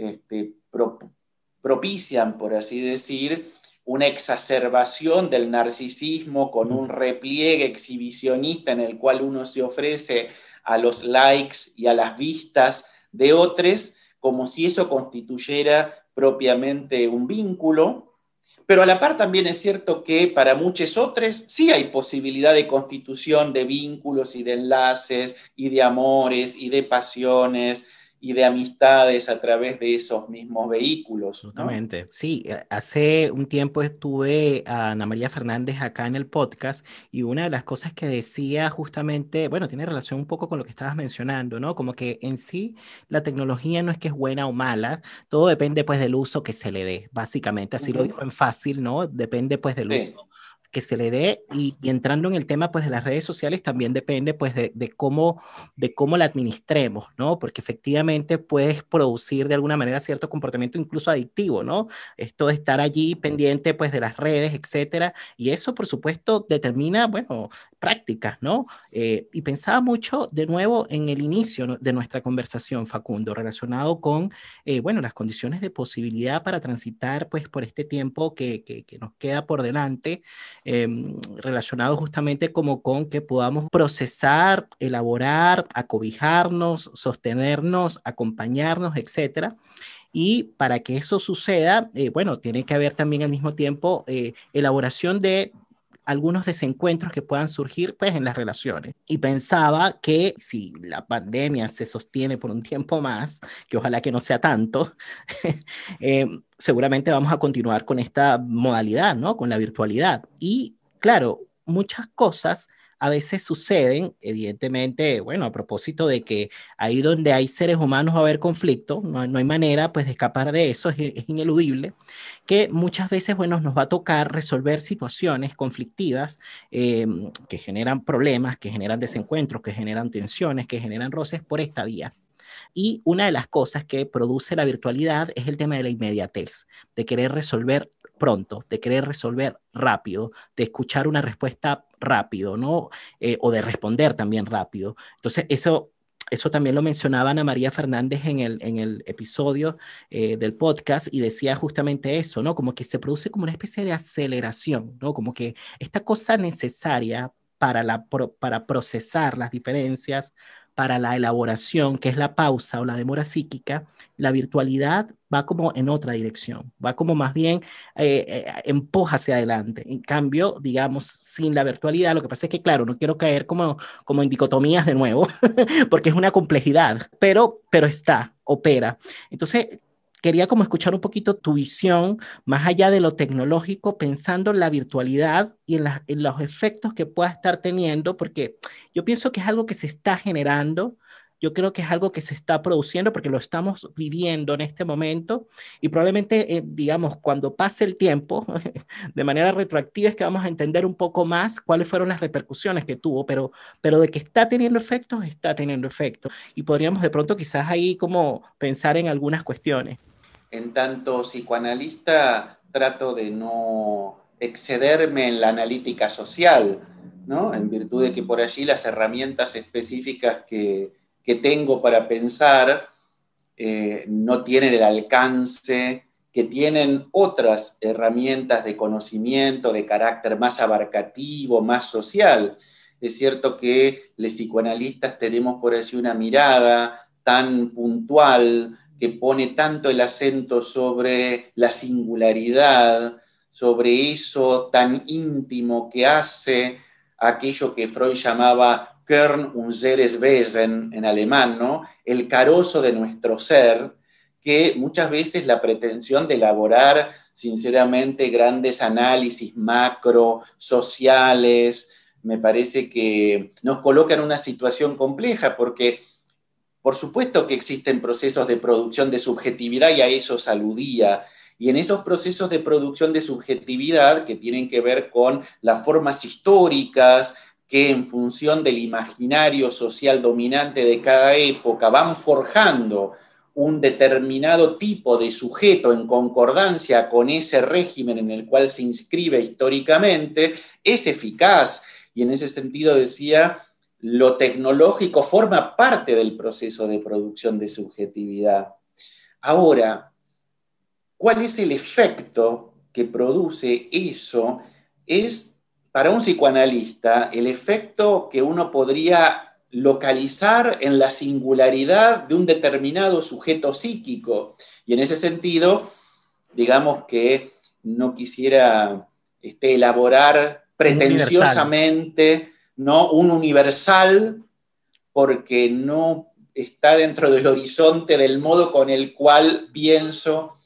propician, por así decir, una exacerbación del narcisismo con un repliegue exhibicionista en el cual uno se ofrece a los likes y a las vistas de otros, como si eso constituyera propiamente un vínculo. Pero a la par también es cierto que para muchos otros sí hay posibilidad de constitución de vínculos y de enlaces y de amores y de pasiones y de amistades a través de esos mismos vehículos, ¿no? absolutamente. Sí, hace un tiempo estuve a Ana María Fernández acá en el podcast y una de las cosas que decía justamente, bueno, tiene relación un poco con lo que estabas mencionando, ¿no? Como que en sí la tecnología no es que es buena o mala, todo depende pues del uso que se le dé, básicamente, así lo Uh-huh. dijo en fácil, ¿no? Depende pues del uso Sí, que se le dé y entrando en el tema pues de las redes sociales también depende pues de cómo la administremos, ¿no? Porque efectivamente puedes producir de alguna manera cierto comportamiento incluso adictivo, ¿no? Esto de estar allí pendiente pues de las redes, etcétera, y eso por supuesto determina, bueno, prácticas, ¿no? Y pensaba mucho de nuevo en el inicio, ¿no?, de nuestra conversación, Facundo, relacionado con, bueno, las condiciones de posibilidad para transitar pues por este tiempo que nos queda por delante, eh, relacionado justamente como con que podamos procesar, elaborar, acobijarnos, sostenernos, acompañarnos, etcétera. Y para que eso suceda, bueno, tiene que haber también al mismo tiempo elaboración de algunos desencuentros que puedan surgir pues en las relaciones. Y pensaba que si la pandemia se sostiene por un tiempo más, que ojalá que no sea tanto, eh, seguramente vamos a continuar con esta modalidad, ¿no? Con la virtualidad. Y claro, muchas cosas a veces suceden, evidentemente, bueno, a propósito de que ahí donde hay seres humanos va a haber conflicto, no hay manera pues de escapar de eso, es ineludible, que muchas veces, bueno, nos va a tocar resolver situaciones conflictivas eh, que generan problemas, que generan desencuentros, que generan tensiones, que generan roces por esta vía. Y una de las cosas que produce la virtualidad es el tema de la inmediatez, de querer resolver pronto, de querer resolver rápido, de escuchar una respuesta rápido, ¿no? O de responder también rápido. Entonces, eso también lo mencionaba Ana María Fernández en el episodio del podcast y decía justamente eso, ¿no? Como que se produce como una especie de aceleración, ¿no? Como que esta cosa necesaria para procesar las diferencias, para la elaboración, que es la pausa o la demora psíquica, la virtualidad va como en otra dirección, va como más bien empuja hacia adelante. En cambio, digamos, sin la virtualidad, lo que pasa es que, claro, no quiero caer como en dicotomías de nuevo, porque es una complejidad, pero está. opera. Entonces, quería como escuchar un poquito tu visión, más allá de lo tecnológico, pensando en la virtualidad y en los efectos que pueda estar teniendo, porque yo pienso que es algo que se está generando. Yo creo que es algo que se está produciendo porque lo estamos viviendo en este momento y probablemente, digamos, cuando pase el tiempo, de manera retroactiva es que vamos a entender un poco más cuáles fueron las repercusiones que tuvo, pero de que está teniendo efectos. Y podríamos de pronto quizás ahí como pensar en algunas cuestiones. En tanto psicoanalista, trato de no excederme en la analítica social, ¿no? En virtud de que por allí las herramientas específicas que tengo para pensar no tienen el alcance que tienen otras herramientas de conocimiento de carácter más abarcativo, más social. Es cierto que los psicoanalistas tenemos por allí una mirada tan puntual que pone tanto el acento sobre la singularidad, sobre eso tan íntimo que hace aquello que Freud llamaba Kern unseres Wesen en alemán, ¿no? El carozo de nuestro ser, que muchas veces la pretensión de elaborar sinceramente grandes análisis macro, sociales, me parece que nos coloca en una situación compleja porque por supuesto que existen procesos de producción de subjetividad y a eso aludía. Y en esos procesos de producción de subjetividad que tienen que ver con las formas históricas que en función del imaginario social dominante de cada época van forjando un determinado tipo de sujeto en concordancia con ese régimen en el cual se inscribe históricamente, es eficaz. Y en ese sentido decía, lo tecnológico forma parte del proceso de producción de subjetividad. Ahora, ¿cuál es el efecto que produce eso? Es, para un psicoanalista, el efecto que uno podría localizar en la singularidad de un determinado sujeto psíquico. Y en ese sentido, digamos que no quisiera elaborar Un universal. pretenciosamente, ¿no?, un universal, porque no está dentro del horizonte del modo con el cual pienso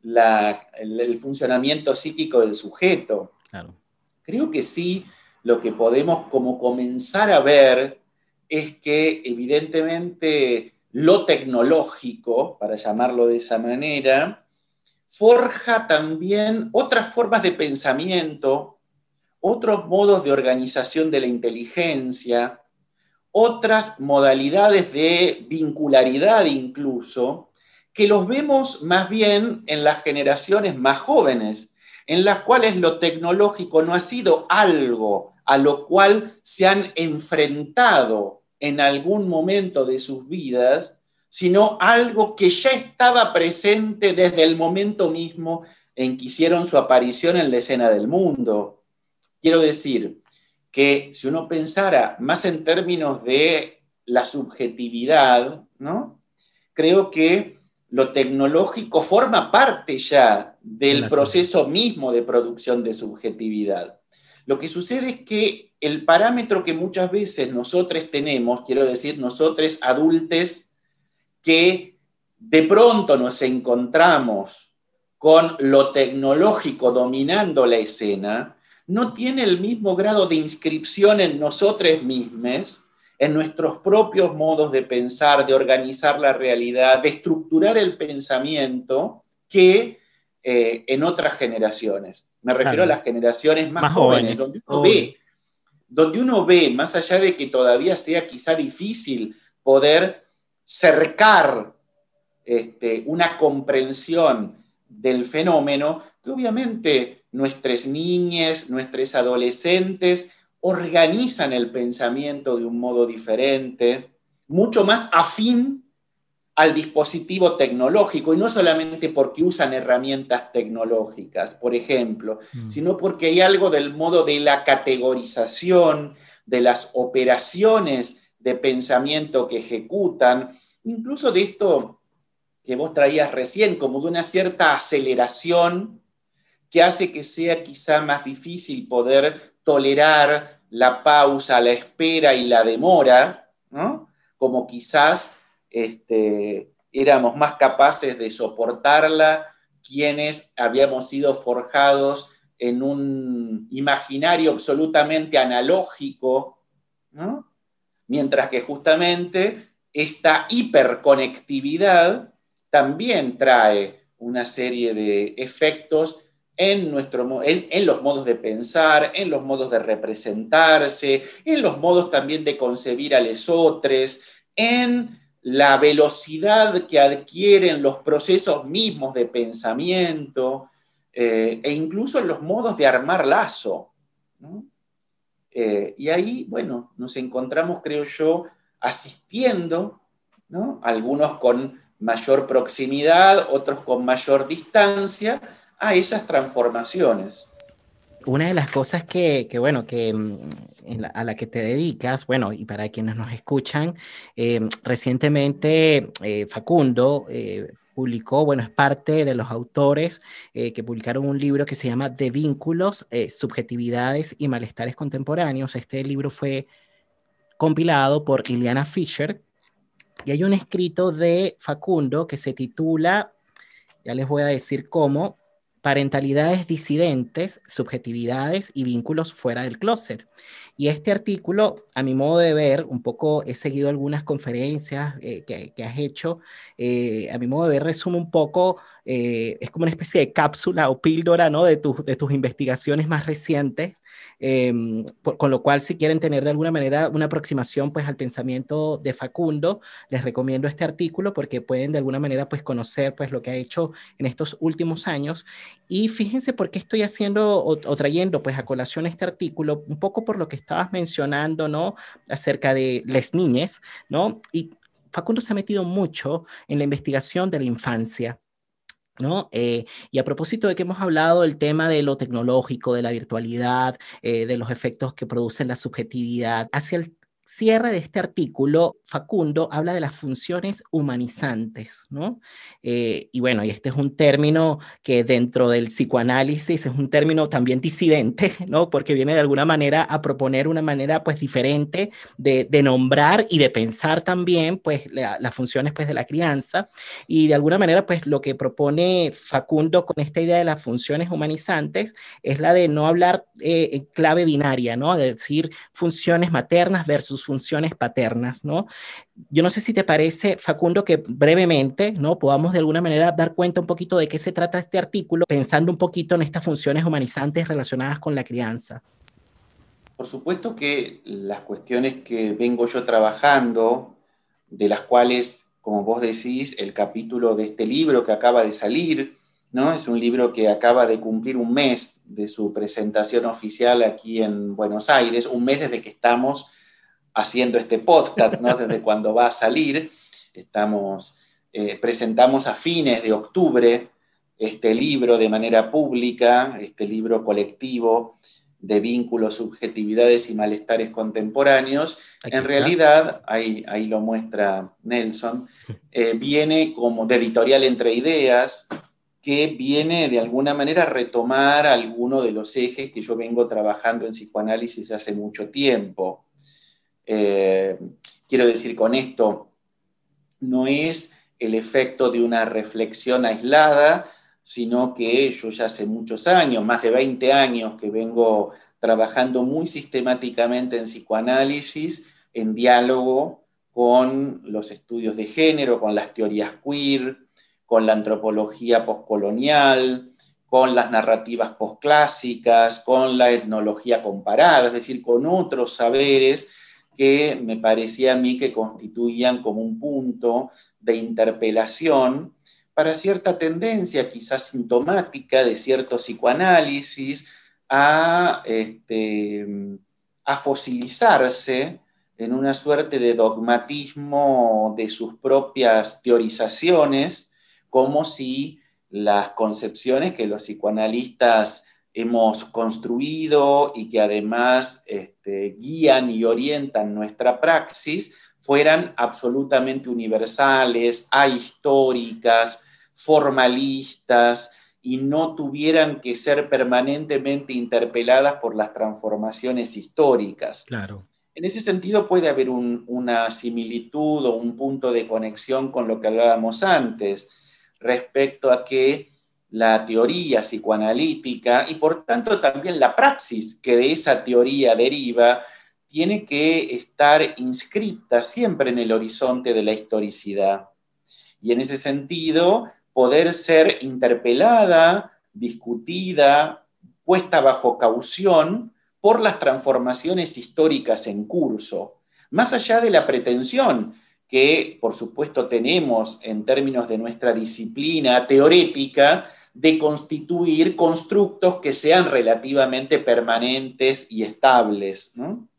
el funcionamiento psíquico del sujeto. Claro. Creo que sí, lo que podemos como comenzar a ver es que evidentemente lo tecnológico, para llamarlo de esa manera, forja también otras formas de pensamiento, otros modos de organización de la inteligencia, otras modalidades de vincularidad incluso, que los vemos más bien en las generaciones más jóvenes, en las cuales lo tecnológico no ha sido algo a lo cual se han enfrentado en algún momento de sus vidas, sino algo que ya estaba presente desde el momento mismo en que hicieron su aparición en la escena del mundo. Quiero decir, que si uno pensara más en términos de la subjetividad, ¿no?, creo que lo tecnológico forma parte ya De del la ciudad. proceso mismo de producción de subjetividad. Lo que sucede es que el parámetro que muchas veces nosotros tenemos, quiero decir, nosotros adultos que de pronto nos encontramos con lo tecnológico dominando la escena, no tiene el mismo grado de inscripción en nosotros mismos, en nuestros propios modos de pensar, de organizar la realidad, de estructurar el pensamiento, que en otras generaciones. Me refiero a Claro. las generaciones más Más jóvenes, jóvenes. Obvio. donde uno ve, más allá de que todavía sea quizá difícil poder cercar una comprensión del fenómeno, que obviamente nuestras niñas, nuestros adolescentes organizan el pensamiento de un modo diferente, mucho más afín al dispositivo tecnológico, y no solamente porque usan herramientas tecnológicas, por ejemplo, Mm. sino porque hay algo del modo de la categorización, de las operaciones de pensamiento que ejecutan, incluso de esto que vos traías recién, como de una cierta aceleración que hace que sea quizá más difícil poder tolerar la pausa, la espera y la demora, ¿no?, como quizás éramos más capaces de soportarla quienes habíamos sido forjados en un imaginario absolutamente analógico, ¿no? Mientras que justamente esta hiperconectividad también trae una serie de efectos en los modos de pensar, en los modos de representarse, en los modos también de concebir a los otros, en la velocidad que adquieren los procesos mismos de pensamiento, e incluso en los modos de armar lazo, ¿no? Y ahí, bueno, nos encontramos, creo yo, asistiendo, ¿no? Algunos con mayor proximidad, otros con mayor distancia, a esas transformaciones. Una de las cosas bueno, a la que te dedicas, bueno, y para quienes nos escuchan, recientemente Facundo publicó, bueno, es parte de los autores que publicaron un libro que se llama De vínculos, subjetividades y malestares contemporáneos. Este libro fue compilado por Iliana Fischer y hay un escrito de Facundo que se titula, ya les voy a decir cómo: parentalidades disidentes, subjetividades y vínculos fuera del closet. Y este artículo, a mi modo de ver, un poco he seguido algunas conferencias que has hecho, a mi modo de ver resume un poco, es como una especie de cápsula o píldora, ¿no? De tus investigaciones más recientes. Con lo cual, si quieren tener de alguna manera una aproximación pues al pensamiento de Facundo, les recomiendo este artículo porque pueden de alguna manera pues conocer pues lo que ha hecho en estos últimos años. Y fíjense por qué estoy haciendo o trayendo pues a colación este artículo, un poco por lo que estabas mencionando, ¿no? Acerca de las niñas, ¿no? Y Facundo se ha metido mucho en la investigación de la infancia, ¿no? Y a propósito de que hemos hablado del tema de lo tecnológico, de la virtualidad, de los efectos que producen la subjetividad, hacia el cierre de este artículo, Facundo habla de las funciones humanizantes, ¿no? Y bueno, y este es un término que dentro del psicoanálisis es un término también disidente, ¿no? Porque viene de alguna manera a proponer una manera pues diferente de nombrar y de pensar también pues las funciones pues de la crianza. Y de alguna manera, pues lo que propone Facundo con esta idea de las funciones humanizantes es la de no hablar en clave binaria, ¿no? De decir funciones maternas versus funciones paternas, ¿no? Yo no sé si te parece, Facundo, que brevemente, ¿no? Podamos de alguna manera dar cuenta un poquito de qué se trata este artículo, pensando un poquito en estas funciones humanizantes relacionadas con la crianza. Por supuesto que las cuestiones que vengo yo trabajando, de las cuales, como vos decís, el capítulo de este libro que acaba de salir, ¿no? Es un libro que acaba de cumplir un mes de su presentación oficial aquí en Buenos Aires, un mes desde que estamos haciendo este podcast, ¿no? Desde cuando va a salir. Presentamos a fines de octubre este libro de manera pública, este libro colectivo de vínculos, subjetividades y malestares contemporáneos. Aquí En está. realidad, ahí lo muestra Nelson, viene como de Editorial Entre Ideas, que viene de alguna manera a retomar alguno de los ejes que yo vengo trabajando en psicoanálisis hace mucho tiempo. Eh, Quiero decir con esto, no es el efecto de una reflexión aislada, sino que yo ya hace muchos años, más de 20 años, que vengo trabajando muy sistemáticamente en psicoanálisis, en diálogo con los estudios de género, con las teorías queer, con la antropología postcolonial, con las narrativas postclásicas, con la etnología comparada, es decir, con otros saberes que me parecía a mí que constituían como un punto de interpelación para cierta tendencia quizás sintomática de cierto psicoanálisis a fosilizarse en una suerte de dogmatismo de sus propias teorizaciones, como si las concepciones que los psicoanalistas hemos construido y que además guían y orientan nuestra praxis, fueran absolutamente universales, ahistóricas, formalistas y no tuvieran que ser permanentemente interpeladas por las transformaciones históricas. Claro. En ese sentido puede haber una similitud o un punto de conexión con lo que hablábamos antes, respecto a que la teoría psicoanalítica y por tanto también la praxis que de esa teoría deriva, tiene que estar inscrita siempre en el horizonte de la historicidad. Y en ese sentido, poder ser interpelada, discutida, puesta bajo caución por las transformaciones históricas en curso, más allá de la pretensión que, por supuesto, tenemos en términos de nuestra disciplina teorética de constituir constructos que sean relativamente permanentes y estables, ¿no?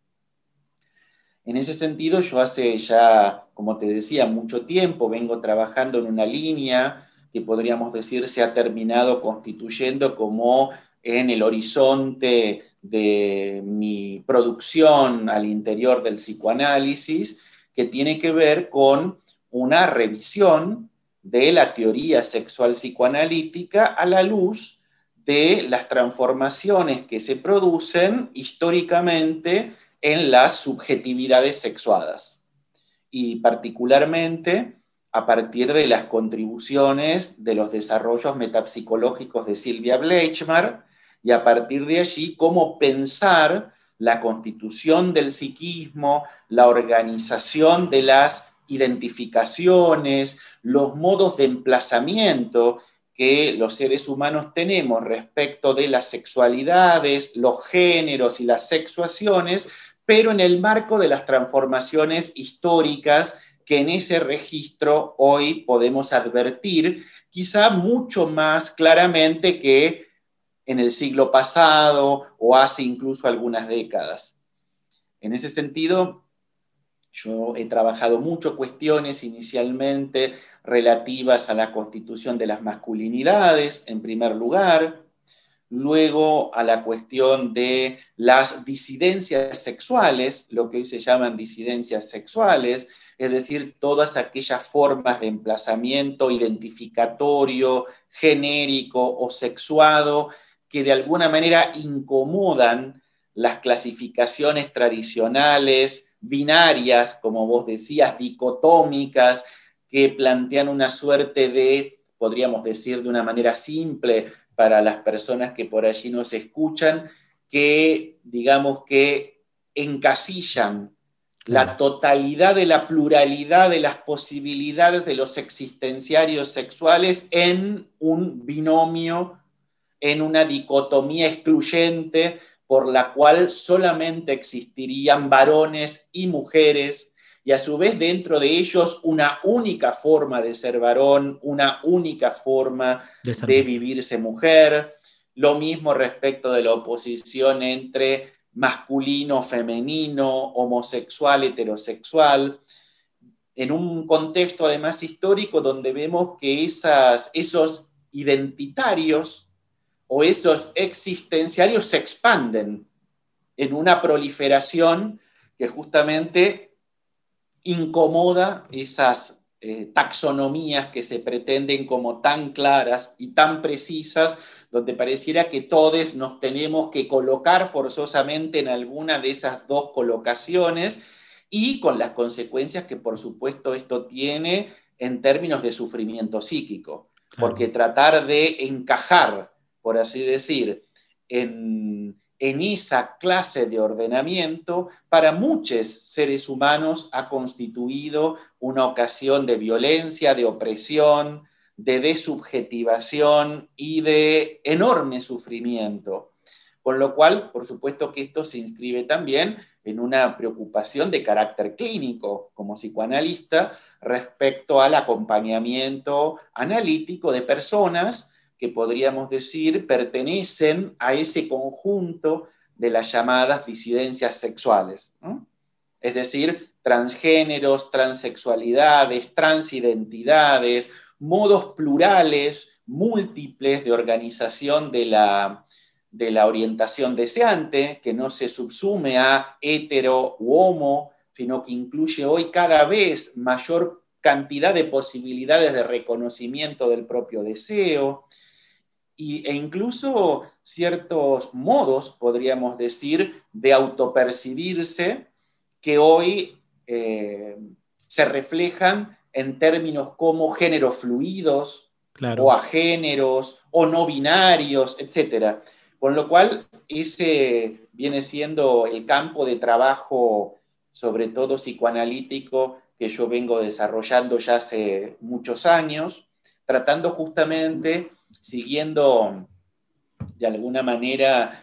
En ese sentido, yo hace ya, como te decía, mucho tiempo vengo trabajando en una línea que podríamos decir se ha terminado constituyendo como en el horizonte de mi producción al interior del psicoanálisis, que tiene que ver con una revisión de la teoría sexual psicoanalítica a la luz de las transformaciones que se producen históricamente en las subjetividades sexuadas y particularmente a partir de las contribuciones de los desarrollos metapsicológicos de Silvia Bleichmar y a partir de allí cómo pensar la constitución del psiquismo, la organización de las identificaciones, los modos de emplazamiento que los seres humanos tenemos respecto de las sexualidades, los géneros y las sexuaciones, pero en el marco de las transformaciones históricas que en ese registro hoy podemos advertir, quizá mucho más claramente que en el siglo pasado o hace incluso algunas décadas. En ese sentido, yo he trabajado mucho cuestiones inicialmente relativas a la constitución de las masculinidades, en primer lugar, luego a la cuestión de las disidencias sexuales, lo que hoy se llaman disidencias sexuales, es decir, todas aquellas formas de emplazamiento identificatorio, genérico o sexuado que de alguna manera incomodan las clasificaciones tradicionales, binarias, como vos decías, dicotómicas, que plantean una suerte de, podríamos decir de una manera simple, para las personas que por allí nos escuchan, que digamos que encasillan la totalidad de la pluralidad de las posibilidades de los existenciarios sexuales en un binomio, en una dicotomía excluyente por la cual solamente existirían varones y mujeres, y a su vez dentro de ellos una única forma de ser varón, una única forma de vivirse mujer. Lo mismo respecto de la oposición entre masculino, femenino, homosexual, heterosexual, en un contexto además histórico donde vemos que esos identitarios o esos existenciarios se expanden en una proliferación que justamente incomoda esas taxonomías que se pretenden como tan claras y tan precisas, donde pareciera que todos nos tenemos que colocar forzosamente en alguna de esas dos colocaciones y con las consecuencias que por supuesto esto tiene en términos de sufrimiento psíquico, porque tratar de encajar, por así decir, en esa clase de ordenamiento, para muchos seres humanos ha constituido una ocasión de violencia, de opresión, de desubjetivación y de enorme sufrimiento. Con lo cual, por supuesto que esto se inscribe también en una preocupación de carácter clínico como psicoanalista respecto al acompañamiento analítico de personas que podríamos decir pertenecen a ese conjunto de las llamadas disidencias sexuales, ¿no? Es decir, transgéneros, transexualidades, transidentidades, modos plurales, múltiples de organización de la orientación deseante, que no se subsume a hetero u homo, sino que incluye hoy cada vez mayor cantidad de posibilidades de reconocimiento del propio deseo, e incluso ciertos modos, podríamos decir, de autopercibirse que hoy se reflejan en términos como géneros fluidos, Claro. o agéneros, o no binarios, etc. Con lo cual, ese viene siendo el campo de trabajo, sobre todo psicoanalítico, que yo vengo desarrollando ya hace muchos años, tratando justamente, siguiendo de alguna manera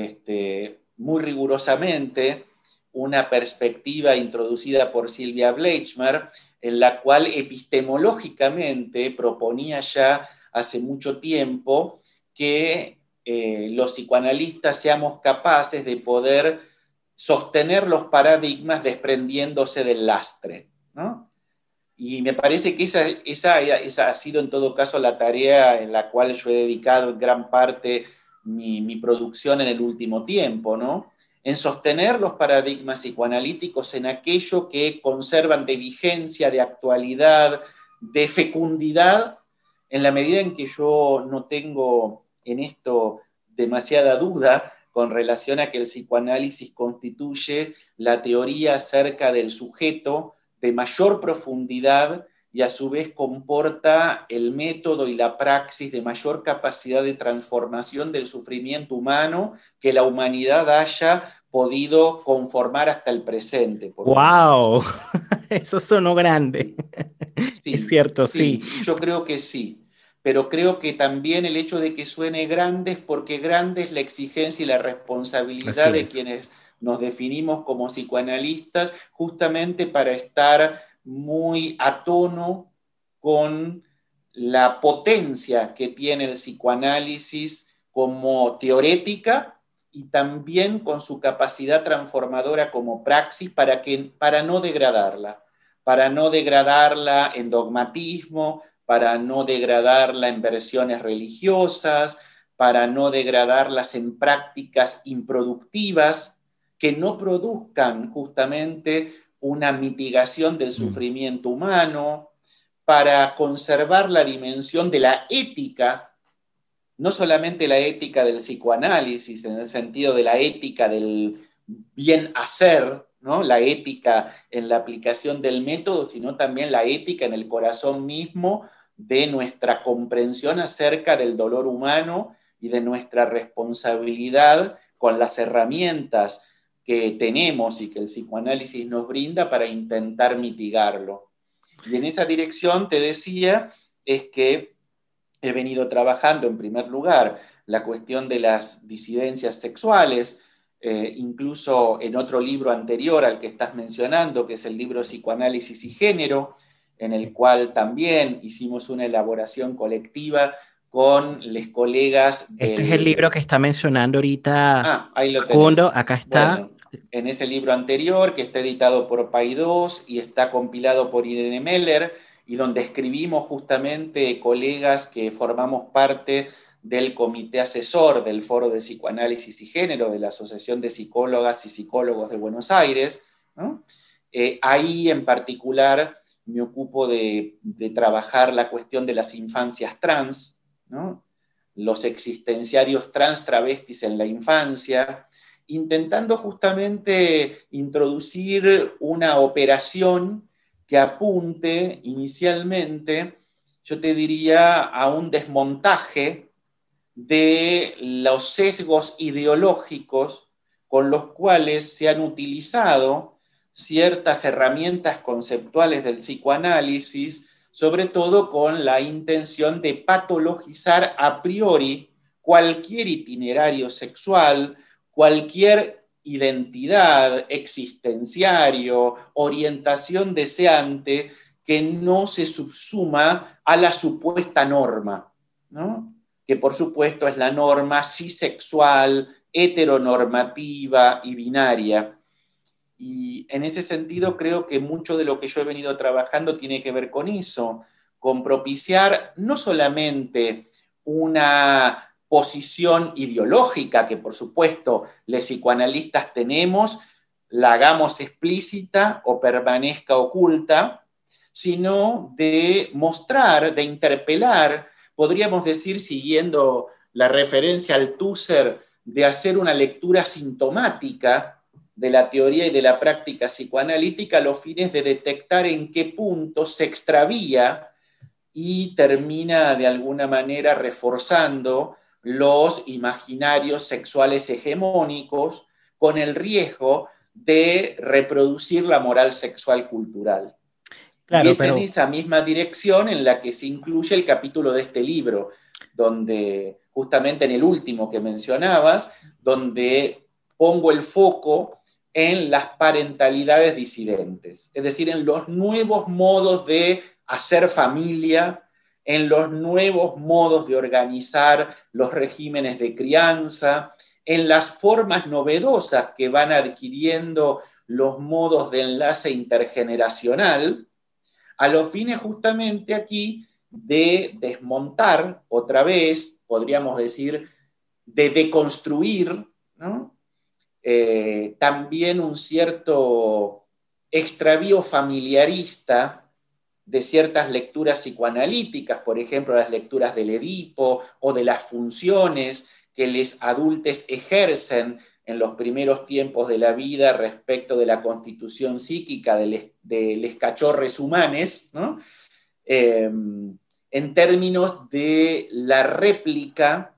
muy rigurosamente una perspectiva introducida por Silvia Bleichmer, en la cual epistemológicamente proponía ya hace mucho tiempo que los psicoanalistas seamos capaces de poder sostener los paradigmas desprendiéndose del lastre, ¿no? Y me parece que esa ha sido en todo caso la tarea en la cual yo he dedicado en gran parte mi producción en el último tiempo, ¿no? En sostener los paradigmas psicoanalíticos en aquello que conservan de vigencia, de actualidad, de fecundidad, en la medida en que yo no tengo en esto demasiada duda con relación a que el psicoanálisis constituye la teoría acerca del sujeto de mayor profundidad y a su vez comporta el método y la praxis de mayor capacidad de transformación del sufrimiento humano que la humanidad haya podido conformar hasta el presente, por lo menos. ¡Wow! Eso sonó grande. Es Sí, cierto, sí. sí, yo creo que sí, pero creo que también el hecho de que suene grande es porque grande es la exigencia y la responsabilidad Así de es. quienes nos definimos como psicoanalistas, justamente para estar muy a tono con la potencia que tiene el psicoanálisis como teorética y también con su capacidad transformadora como praxis para no degradarla, en dogmatismo, para no degradarla en versiones religiosas, para no degradarlas en prácticas improductivas que no produzcan justamente una mitigación del Mm. sufrimiento humano, para conservar la dimensión de la ética, no solamente la ética del psicoanálisis, en el sentido de la ética del bien hacer, ¿no? La ética en la aplicación del método, sino también la ética en el corazón mismo de nuestra comprensión acerca del dolor humano y de nuestra responsabilidad con las herramientas que tenemos y que el psicoanálisis nos brinda para intentar mitigarlo. Y en esa dirección, te decía, es que he venido trabajando en primer lugar la cuestión de las disidencias sexuales, incluso en otro libro anterior al que estás mencionando, que es el libro Psicoanálisis y Género, en el cual también hicimos una elaboración colectiva con los colegas Este es el libro del... que está mencionando ahorita Ah, ahí lo Facundo. tenés. Acá está. Bueno, en ese libro anterior, que está editado por Paidós y está compilado por Irene Meller, y donde escribimos justamente colegas que formamos parte del comité asesor del Foro de Psicoanálisis y Género de la Asociación de Psicólogas y Psicólogos de Buenos Aires, ¿no? Ahí en particular me ocupo de trabajar la cuestión de las infancias trans, ¿no? Los existenciarios trans travestis en la infancia, intentando justamente introducir una operación que apunte inicialmente, yo te diría, a un desmontaje de los sesgos ideológicos con los cuales se han utilizado ciertas herramientas conceptuales del psicoanálisis, sobre todo con la intención de patologizar a priori cualquier itinerario sexual, cualquier identidad, existenciario, orientación deseante que no se subsuma a la supuesta norma, ¿no? Que por supuesto es la norma cisexual, heteronormativa y binaria. Y en ese sentido creo que mucho de lo que yo he venido trabajando tiene que ver con eso, con propiciar no solamente una posición ideológica que por supuesto los psicoanalistas tenemos, la hagamos explícita o permanezca oculta, sino de mostrar, de interpelar, podríamos decir, siguiendo la referencia al Tusser, de hacer una lectura sintomática de la teoría y de la práctica psicoanalítica a los fines de detectar en qué punto se extravía y termina de alguna manera reforzando los imaginarios sexuales hegemónicos con el riesgo de reproducir la moral sexual cultural. Y Claro, es en pero esa misma dirección en la que se incluye el capítulo de este libro, donde justamente en el último que mencionabas, donde pongo el foco en las parentalidades disidentes, es decir, en los nuevos modos de hacer familia, en los nuevos modos de organizar los regímenes de crianza, en las formas novedosas que van adquiriendo los modos de enlace intergeneracional, a los fines justamente aquí de desmontar otra vez, podríamos decir, de deconstruir, ¿no? También un cierto extravío familiarista de ciertas lecturas psicoanalíticas, por ejemplo, las lecturas del Edipo o de las funciones que los adultos ejercen en los primeros tiempos de la vida respecto de la constitución psíquica de les cachorres humanes, ¿no? En términos de la réplica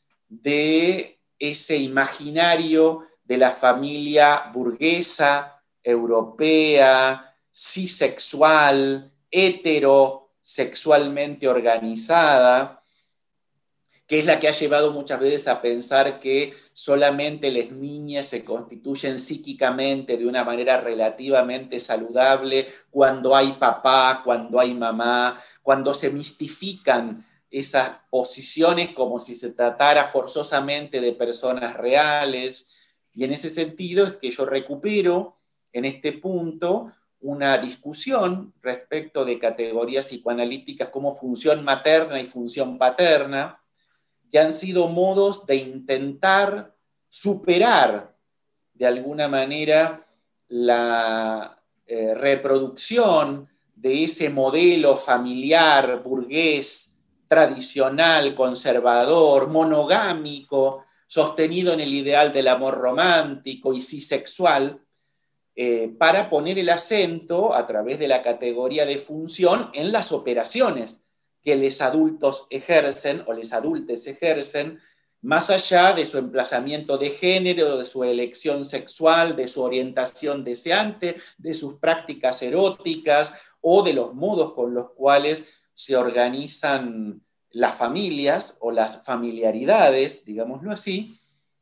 de ese imaginario de la familia burguesa, europea, cisexual, heterosexualmente organizada, que es la que ha llevado muchas veces a pensar que solamente las niñas se constituyen psíquicamente de una manera relativamente saludable cuando hay papá, cuando hay mamá, cuando se mistifican esas posiciones como si se tratara forzosamente de personas reales. Y en ese sentido es que yo recupero en este punto una discusión respecto de categorías psicoanalíticas como función materna y función paterna, que han sido modos de intentar superar de alguna manera la reproducción de ese modelo familiar, burgués, tradicional, conservador, monogámico, sostenido en el ideal del amor romántico y cisexual, para poner el acento a través de la categoría de función en las operaciones que los adultos ejercen o los adultes ejercen, más allá de su emplazamiento de género, de su elección sexual, de su orientación deseante, de sus prácticas eróticas o de los modos con los cuales se organizan las familias o las familiaridades, digámoslo así,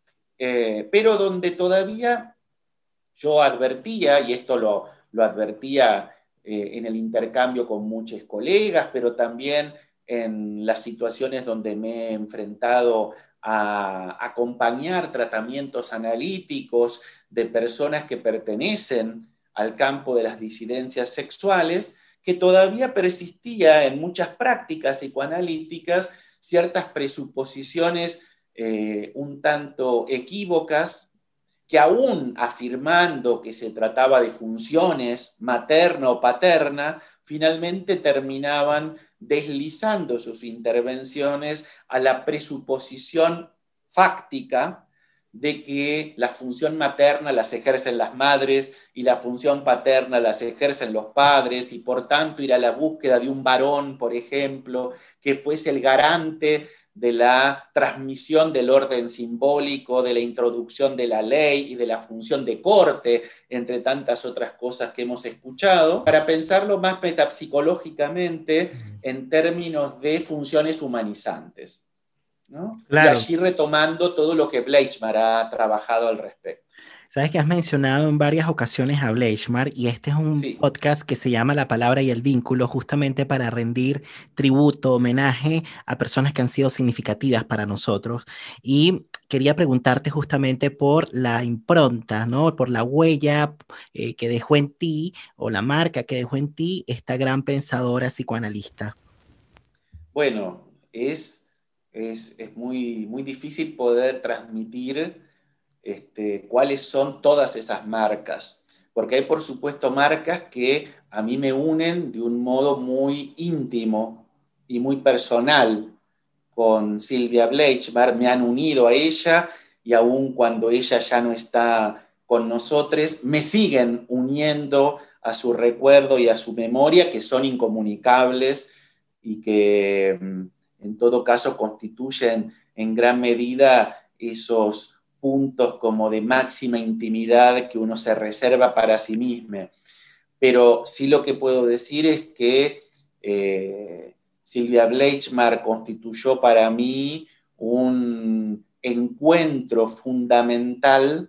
pero donde todavía yo advertía, y esto lo advertía en el intercambio con muchos colegas, pero también en las situaciones donde me he enfrentado a acompañar tratamientos analíticos de personas que pertenecen al campo de las disidencias sexuales, que todavía persistía en muchas prácticas psicoanalíticas ciertas presuposiciones un tanto equívocas, que aún afirmando que se trataba de funciones materna o paterna, finalmente terminaban deslizando sus intervenciones a la presuposición fáctica de que la función materna las ejercen las madres y la función paterna las ejercen los padres, y por tanto ir a la búsqueda de un varón, por ejemplo, que fuese el garante de la transmisión del orden simbólico, de la introducción de la ley y de la función de corte, entre tantas otras cosas que hemos escuchado, para pensarlo más metapsicológicamente en términos de funciones humanizantes, ¿no? Y claro. allí retomando todo lo que Bleichmar ha trabajado al respecto. Sabes que has mencionado en varias ocasiones a Bleichmar y este es un Sí. podcast que se llama La Palabra y el Vínculo, justamente para rendir tributo, homenaje a personas que han sido significativas para nosotros. Y quería preguntarte justamente por la impronta, ¿no? Por la huella que dejó en ti o la marca que dejó en ti esta gran pensadora psicoanalista. Bueno, es muy, muy difícil poder transmitir cuáles son todas esas marcas, porque hay por supuesto marcas que a mí me unen de un modo muy íntimo y muy personal con Silvia Bleichmar, me han unido a ella y aun cuando ella ya no está con nosotros, me siguen uniendo a su recuerdo y a su memoria, que son incomunicables y que en todo caso constituyen en gran medida esos puntos como de máxima intimidad que uno se reserva para sí mismo. Pero sí lo que puedo decir es que Sylvia Bleichmar constituyó para mí un encuentro fundamental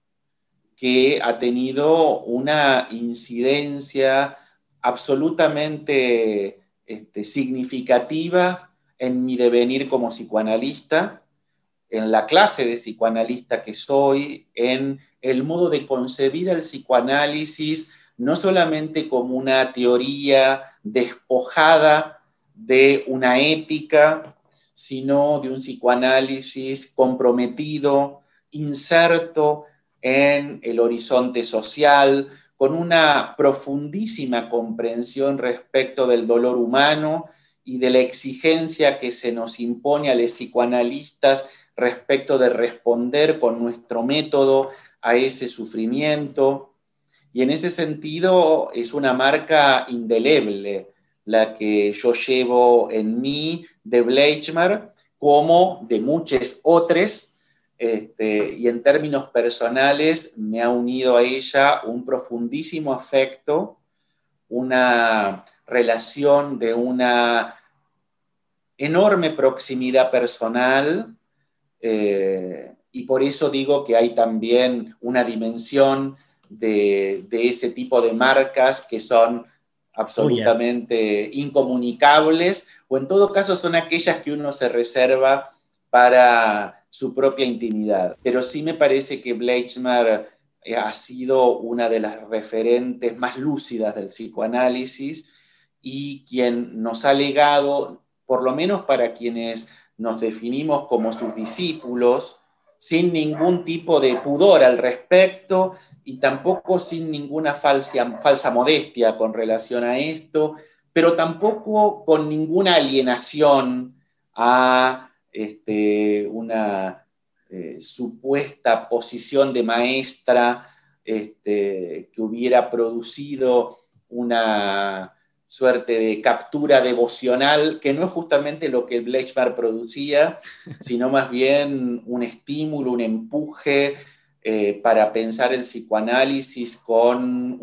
que ha tenido una incidencia absolutamente significativa en mi devenir como psicoanalista, en la clase de psicoanalista que soy, en el modo de concebir el psicoanálisis, no solamente como una teoría despojada de una ética, sino de un psicoanálisis comprometido, inserto en el horizonte social, con una profundísima comprensión respecto del dolor humano y de la exigencia que se nos impone a los psicoanalistas respecto de responder con nuestro método a ese sufrimiento. Y en ese sentido es una marca indeleble la que yo llevo en mí de Bleichmar, como de muchos otros, y en términos personales me ha unido a ella un profundísimo afecto, una relación de una enorme proximidad personal, y por eso digo que hay también una dimensión de ese tipo de marcas que son Oh, yes. absolutamente incomunicables, o en todo caso son aquellas que uno se reserva para su propia intimidad. Pero sí me parece que Bleichmar ha sido una de las referentes más lúcidas del psicoanálisis y quien nos ha legado, por lo menos para quienes nos definimos como sus discípulos, sin ningún tipo de pudor al respecto y tampoco sin ninguna falsa modestia con relación a esto, pero tampoco con ninguna alienación a una supuesta posición de maestra que hubiera producido una suerte de captura devocional, que no es justamente lo que Bleichmar producía, sino más bien un estímulo, un empuje para pensar el psicoanálisis con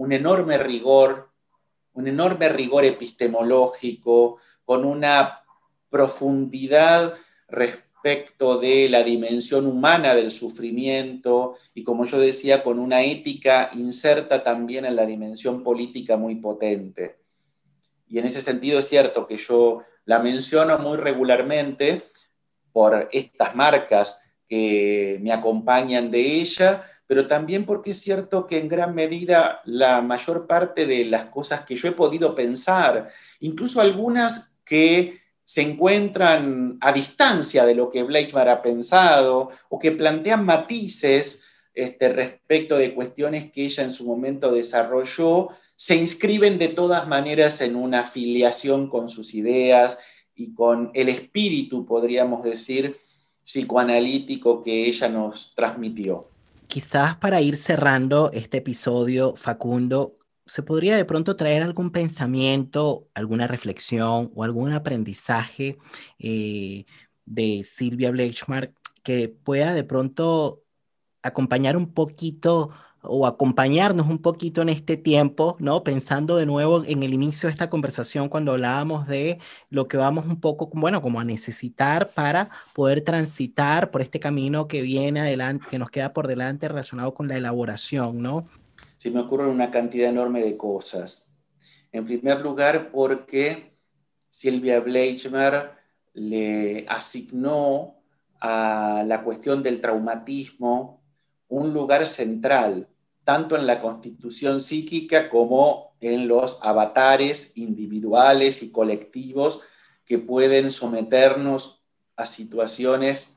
un enorme rigor epistemológico, con una profundidad respecto de la dimensión humana del sufrimiento y, como yo decía, con una ética inserta también en la dimensión política muy potente. Y en ese sentido es cierto que yo la menciono muy regularmente por estas marcas que me acompañan de ella, pero también porque es cierto que en gran medida la mayor parte de las cosas que yo he podido pensar, incluso algunas que se encuentran a distancia de lo que Bleichmar ha pensado o que plantean matices respecto de cuestiones que ella en su momento desarrolló, se inscriben de todas maneras en una afiliación con sus ideas y con el espíritu, podríamos decir, psicoanalítico que ella nos transmitió. Quizás para ir cerrando este episodio, Facundo, ¿se podría de pronto traer algún pensamiento, alguna reflexión o algún aprendizaje eh, de Silvia Bleichmar que pueda de pronto acompañar un poquito o acompañarnos un poquito en este tiempo, ¿no? Pensando de nuevo en el inicio de esta conversación cuando hablábamos de lo que vamos un poco, bueno, como a necesitar para poder transitar por este camino que viene adelante, que nos queda por delante relacionado con la elaboración, ¿no? Se me ocurren una cantidad enorme de cosas. En primer lugar, porque Silvia Bleichmar le asignó a la cuestión del traumatismo un lugar central, tanto en la constitución psíquica como en los avatares individuales y colectivos que pueden someternos a situaciones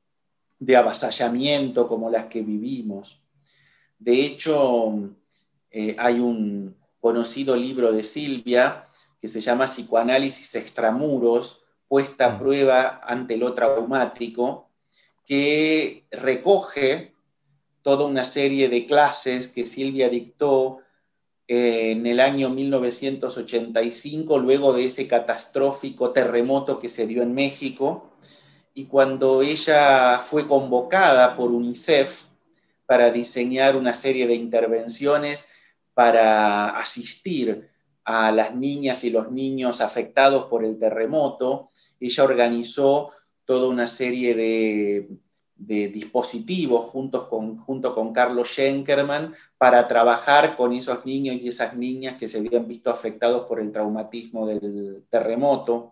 de avasallamiento como las que vivimos. De hecho, hay un conocido libro de Silvia que se llama Psicoanálisis extramuros, puesta a prueba ante lo traumático, que recoge toda una serie de clases que Silvia dictó en el año 1985, luego de ese catastrófico terremoto que se dio en México, y cuando ella fue convocada por UNICEF para diseñar una serie de intervenciones para asistir a las niñas y los niños afectados por el terremoto, ella organizó toda una serie de dispositivos junto con Carlos Schenkerman para trabajar con esos niños y esas niñas que se habían visto afectados por el traumatismo del terremoto.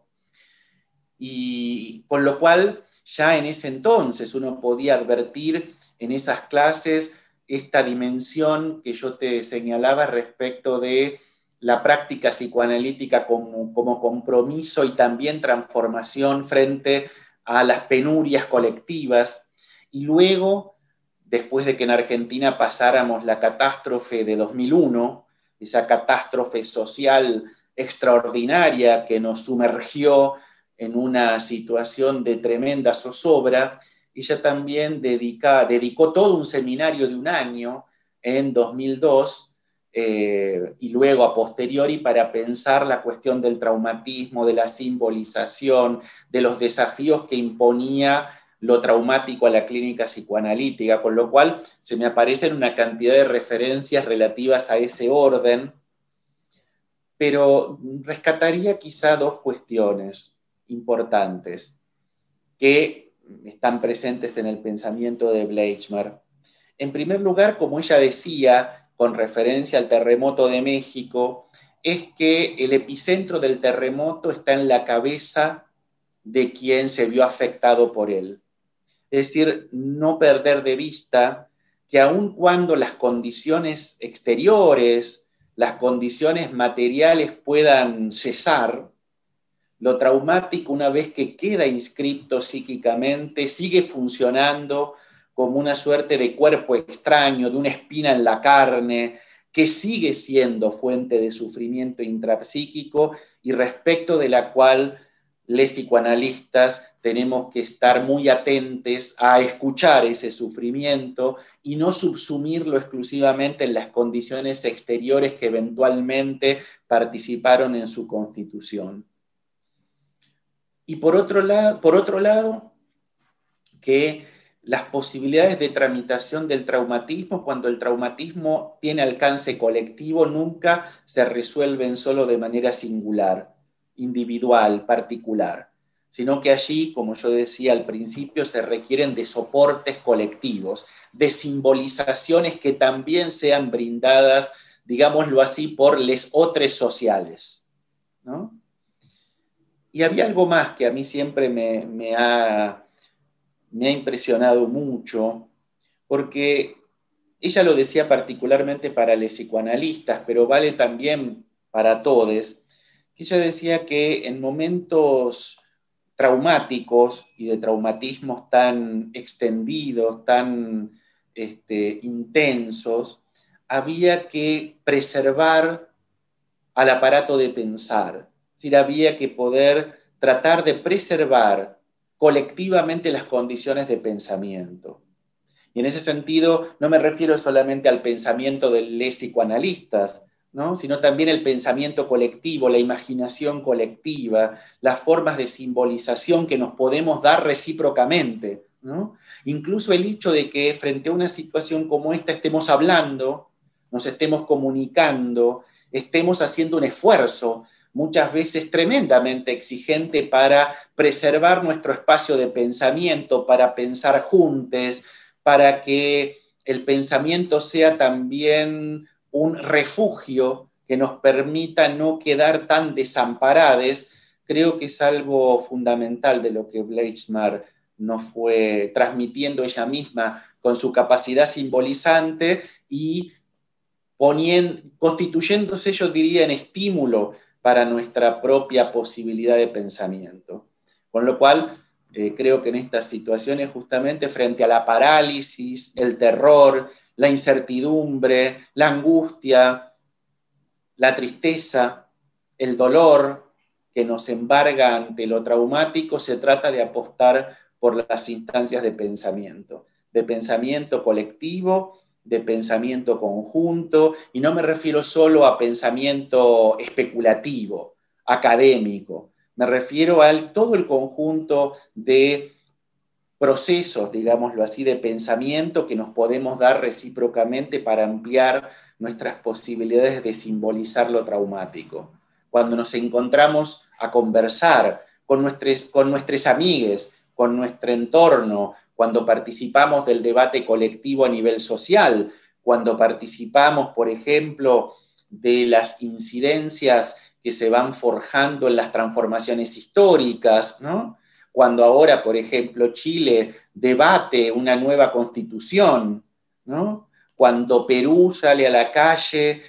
Y con lo cual ya en ese entonces uno podía advertir en esas clases esta dimensión que yo te señalaba respecto de la práctica psicoanalítica como compromiso y también transformación frente a las penurias colectivas. Y luego, después de que en Argentina pasáramos la catástrofe de 2001, esa catástrofe social extraordinaria que nos sumergió en una situación de tremenda zozobra, ella también dedicó todo un seminario de un año en 2002 y luego a posteriori para pensar la cuestión del traumatismo, de la simbolización, de los desafíos que imponía lo traumático a la clínica psicoanalítica, con lo cual se me aparecen una cantidad de referencias relativas a ese orden, pero rescataría quizá dos cuestiones importantes que están presentes en el pensamiento de Bleichmer. En primer lugar, como ella decía, con referencia al terremoto de México, es que el epicentro del terremoto está en la cabeza de quien se vio afectado por él. Es decir, no perder de vista que aun cuando las condiciones exteriores, las condiciones materiales puedan cesar, lo traumático, una vez que queda inscripto psíquicamente, sigue funcionando como una suerte de cuerpo extraño, de una espina en la carne, que sigue siendo fuente de sufrimiento intrapsíquico y respecto de la cual los psicoanalistas tenemos que estar muy atentos a escuchar ese sufrimiento y no subsumirlo exclusivamente en las condiciones exteriores que eventualmente participaron en su constitución. Y por otro lado, que las posibilidades de tramitación del traumatismo, cuando el traumatismo tiene alcance colectivo, nunca se resuelven solo de manera singular, individual, particular, sino que allí, como yo decía al principio, se requieren de soportes colectivos, de simbolizaciones que también sean brindadas, digámoslo así, por les otros sociales, ¿no? Y había algo más que a mí siempre me ha impresionado mucho, porque ella lo decía particularmente para los psicoanalistas, pero vale también para todos, que ella decía que en momentos traumáticos y de traumatismos tan extendidos, tan intensos, había que preservar al aparato de pensar. Es decir, había que poder tratar de preservar colectivamente las condiciones de pensamiento. Y en ese sentido no me refiero solamente al pensamiento de los psicoanalistas, ¿no? Sino también el pensamiento colectivo, la imaginación colectiva, las formas de simbolización que nos podemos dar recíprocamente, ¿no? Incluso el hecho de que frente a una situación como esta estemos hablando, nos estemos comunicando, estemos haciendo un esfuerzo, muchas veces tremendamente exigente, para preservar nuestro espacio de pensamiento, para pensar juntos, para que el pensamiento sea también un refugio que nos permita no quedar tan desamparados, creo que es algo fundamental de lo que Bleichmer nos fue transmitiendo ella misma con su capacidad simbolizante y constituyéndose, yo diría, en estímulo para nuestra propia posibilidad de pensamiento. Con lo cual, creo que en estas situaciones, justamente frente a la parálisis, el terror, la incertidumbre, la angustia, la tristeza, el dolor que nos embarga ante lo traumático, se trata de apostar por las instancias de pensamiento, de pensamiento colectivo, de pensamiento conjunto, y no me refiero solo a pensamiento especulativo, académico, me refiero a todo el conjunto de procesos, digámoslo así, de pensamiento que nos podemos dar recíprocamente para ampliar nuestras posibilidades de simbolizar lo traumático. Cuando nos encontramos a conversar con nuestros amigues, con nuestro entorno, cuando participamos del debate colectivo a nivel social, cuando participamos, por ejemplo, de las incidencias que se van forjando en las transformaciones históricas, ¿no? Cuando ahora, por ejemplo, Chile debate una nueva constitución, ¿no? Cuando Perú sale a la calle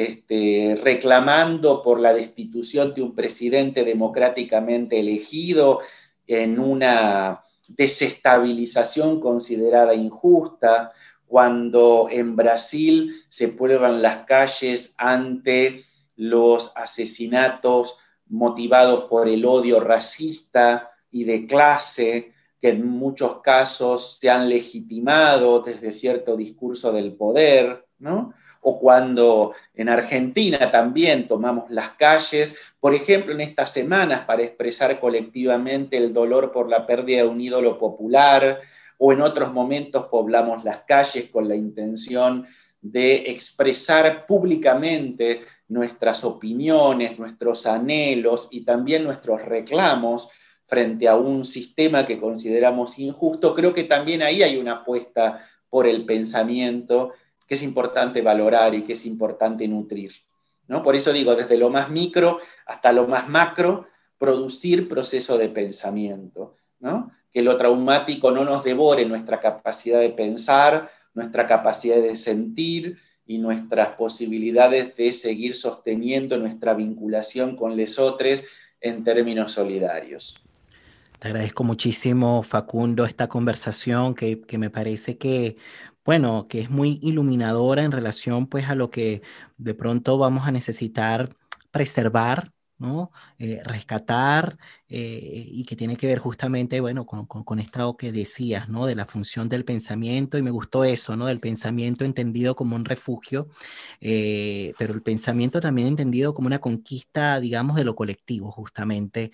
reclamando por la destitución de un presidente democráticamente elegido en una desestabilización considerada injusta, cuando en Brasil se prueban las calles ante los asesinatos motivados por el odio racista y de clase, que en muchos casos se han legitimado desde cierto discurso del poder, ¿no? O cuando en Argentina también tomamos las calles, por ejemplo, en estas semanas para expresar colectivamente el dolor por la pérdida de un ídolo popular, o en otros momentos poblamos las calles con la intención de expresar públicamente nuestras opiniones, nuestros anhelos y también nuestros reclamos frente a un sistema que consideramos injusto. Creo que también ahí hay una apuesta por el pensamiento que es importante valorar y que es importante nutrir, ¿no? Por eso digo, desde lo más micro hasta lo más macro, producir proceso de pensamiento, ¿no? Que lo traumático no nos devore nuestra capacidad de pensar, nuestra capacidad de sentir y nuestras posibilidades de seguir sosteniendo nuestra vinculación con los otros en términos solidarios. Te agradezco muchísimo, Facundo, esta conversación que me parece que, bueno, que es muy iluminadora en relación pues a lo que de pronto vamos a necesitar preservar, ¿no? Rescatar y que tiene que ver justamente, bueno, con esto que decías, ¿no? De la función del pensamiento y me gustó eso, ¿no? Del pensamiento entendido como un refugio, pero el pensamiento también entendido como una conquista, digamos, de lo colectivo, justamente.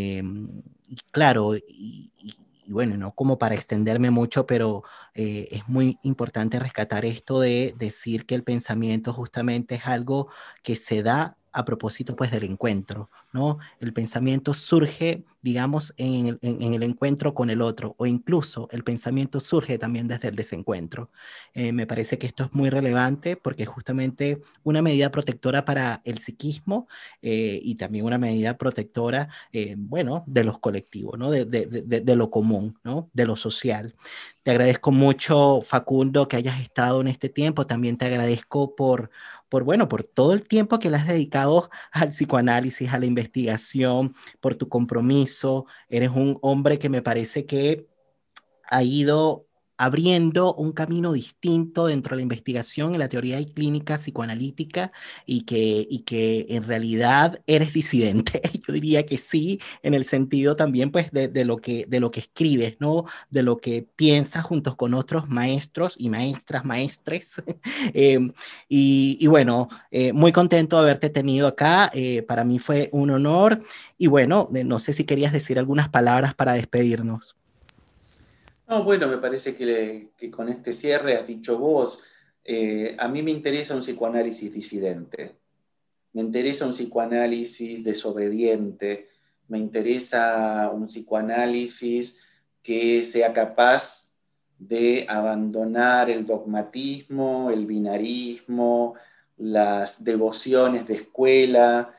Y claro, y bueno, no como para extenderme mucho, pero es muy importante rescatar esto de decir que el pensamiento justamente es algo que se da a propósito pues del encuentro, ¿no? El pensamiento surge, digamos, en el encuentro con el otro, o incluso el pensamiento surge también desde el desencuentro. Me parece que esto es muy relevante porque es justamente una medida protectora para el psiquismo y también una medida protectora, bueno, de los colectivos, ¿no? De lo común, ¿no? De lo social. Te agradezco mucho, Facundo, que hayas estado en este tiempo. También te agradezco bueno, por todo el tiempo que le has dedicado al psicoanálisis, a la investigación, por tu compromiso. Eres un hombre que me parece que ha ido abriendo un camino distinto dentro de la investigación en la teoría y clínica psicoanalítica y que en realidad eres disidente. Yo diría que sí, en el sentido también pues de lo que escribes, ¿no? De lo que piensas junto con otros maestros y maestras, maestres. eh, y bueno, muy contento de haberte tenido acá. Para mí fue un honor y bueno, no sé si querías decir algunas palabras para despedirnos. No, bueno, me parece que con este cierre has dicho vos, a mí me interesa un psicoanálisis disidente, me interesa un psicoanálisis desobediente, me interesa un psicoanálisis que sea capaz de abandonar el dogmatismo, el binarismo, las devociones de escuela,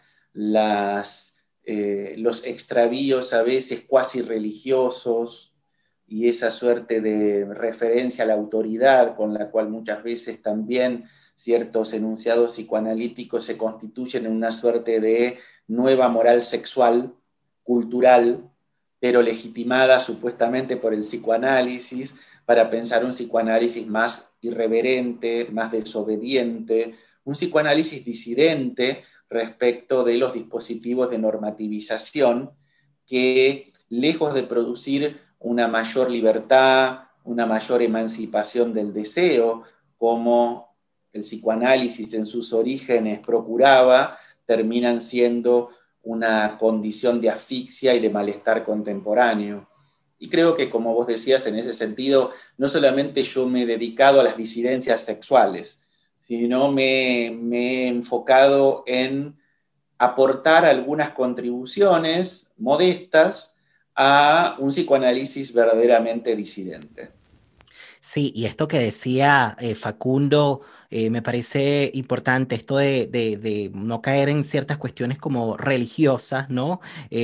los extravíos a veces cuasi religiosos y esa suerte de referencia a la autoridad con la cual muchas veces también ciertos enunciados psicoanalíticos se constituyen en una suerte de nueva moral sexual, cultural, pero legitimada supuestamente por el psicoanálisis, para pensar un psicoanálisis más irreverente, más desobediente, un psicoanálisis disidente respecto de los dispositivos de normativización que, lejos de producir una mayor libertad, una mayor emancipación del deseo, como el psicoanálisis en sus orígenes procuraba, terminan siendo una condición de asfixia y de malestar contemporáneo. Y creo que, como vos decías, en ese sentido, no solamente yo me he dedicado a las disidencias sexuales, sino me he enfocado en aportar algunas contribuciones modestas a un psicoanálisis verdaderamente disidente. Sí, y esto que decía Facundo, me parece importante, esto de no caer en ciertas cuestiones como religiosas, ¿no?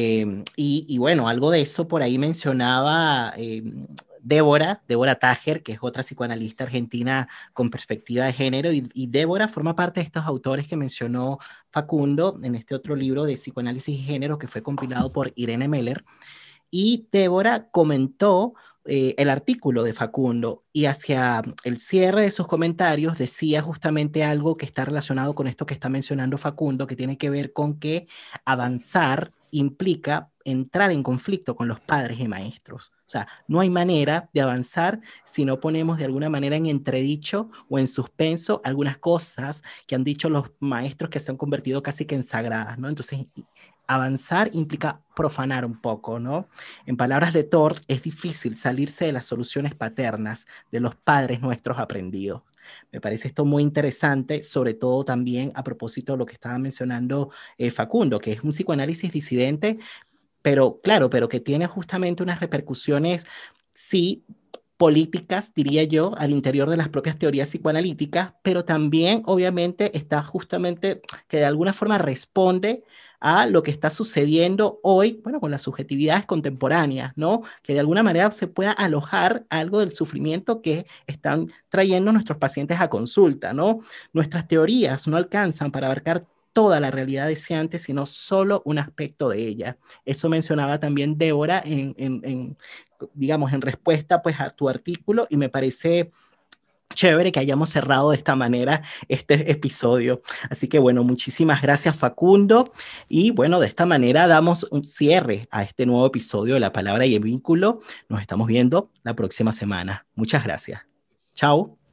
Y bueno, algo de eso por ahí mencionaba Débora Táger, que es otra psicoanalista argentina con perspectiva de género, y Débora forma parte de estos autores que mencionó Facundo en este otro libro de psicoanálisis y género que fue compilado por Irene Meller. Y Débora comentó el artículo de Facundo y hacia el cierre de sus comentarios decía justamente algo que está relacionado con esto que está mencionando Facundo, que tiene que ver con que avanzar implica entrar en conflicto con los padres y maestros. O sea, no hay manera de avanzar si no ponemos de alguna manera en entredicho o en suspenso algunas cosas que han dicho los maestros que se han convertido casi que en sagradas, ¿no? Entonces, avanzar implica profanar un poco, ¿no? En palabras de Tort, es difícil salirse de las soluciones paternas de los padres nuestros aprendidos. Me parece esto muy interesante, sobre todo también a propósito de lo que estaba mencionando Facundo, que es un psicoanálisis disidente, pero claro, pero que tiene justamente unas repercusiones, sí, políticas, diría yo, al interior de las propias teorías psicoanalíticas, pero también obviamente está justamente que de alguna forma responde a lo que está sucediendo hoy, bueno, con las subjetividades contemporáneas, ¿no? Que de alguna manera se pueda alojar algo del sufrimiento que están trayendo nuestros pacientes a consulta, ¿no? Nuestras teorías no alcanzan para abarcar toda la realidad deseante, sino solo un aspecto de ella. Eso mencionaba también Débora digamos, en respuesta pues a tu artículo y me parece chévere que hayamos cerrado de esta manera este episodio. Así que bueno, muchísimas gracias Facundo y bueno, de esta manera damos un cierre a este nuevo episodio de La Palabra y el Vínculo. Nos estamos viendo la próxima semana. Muchas gracias. Chao.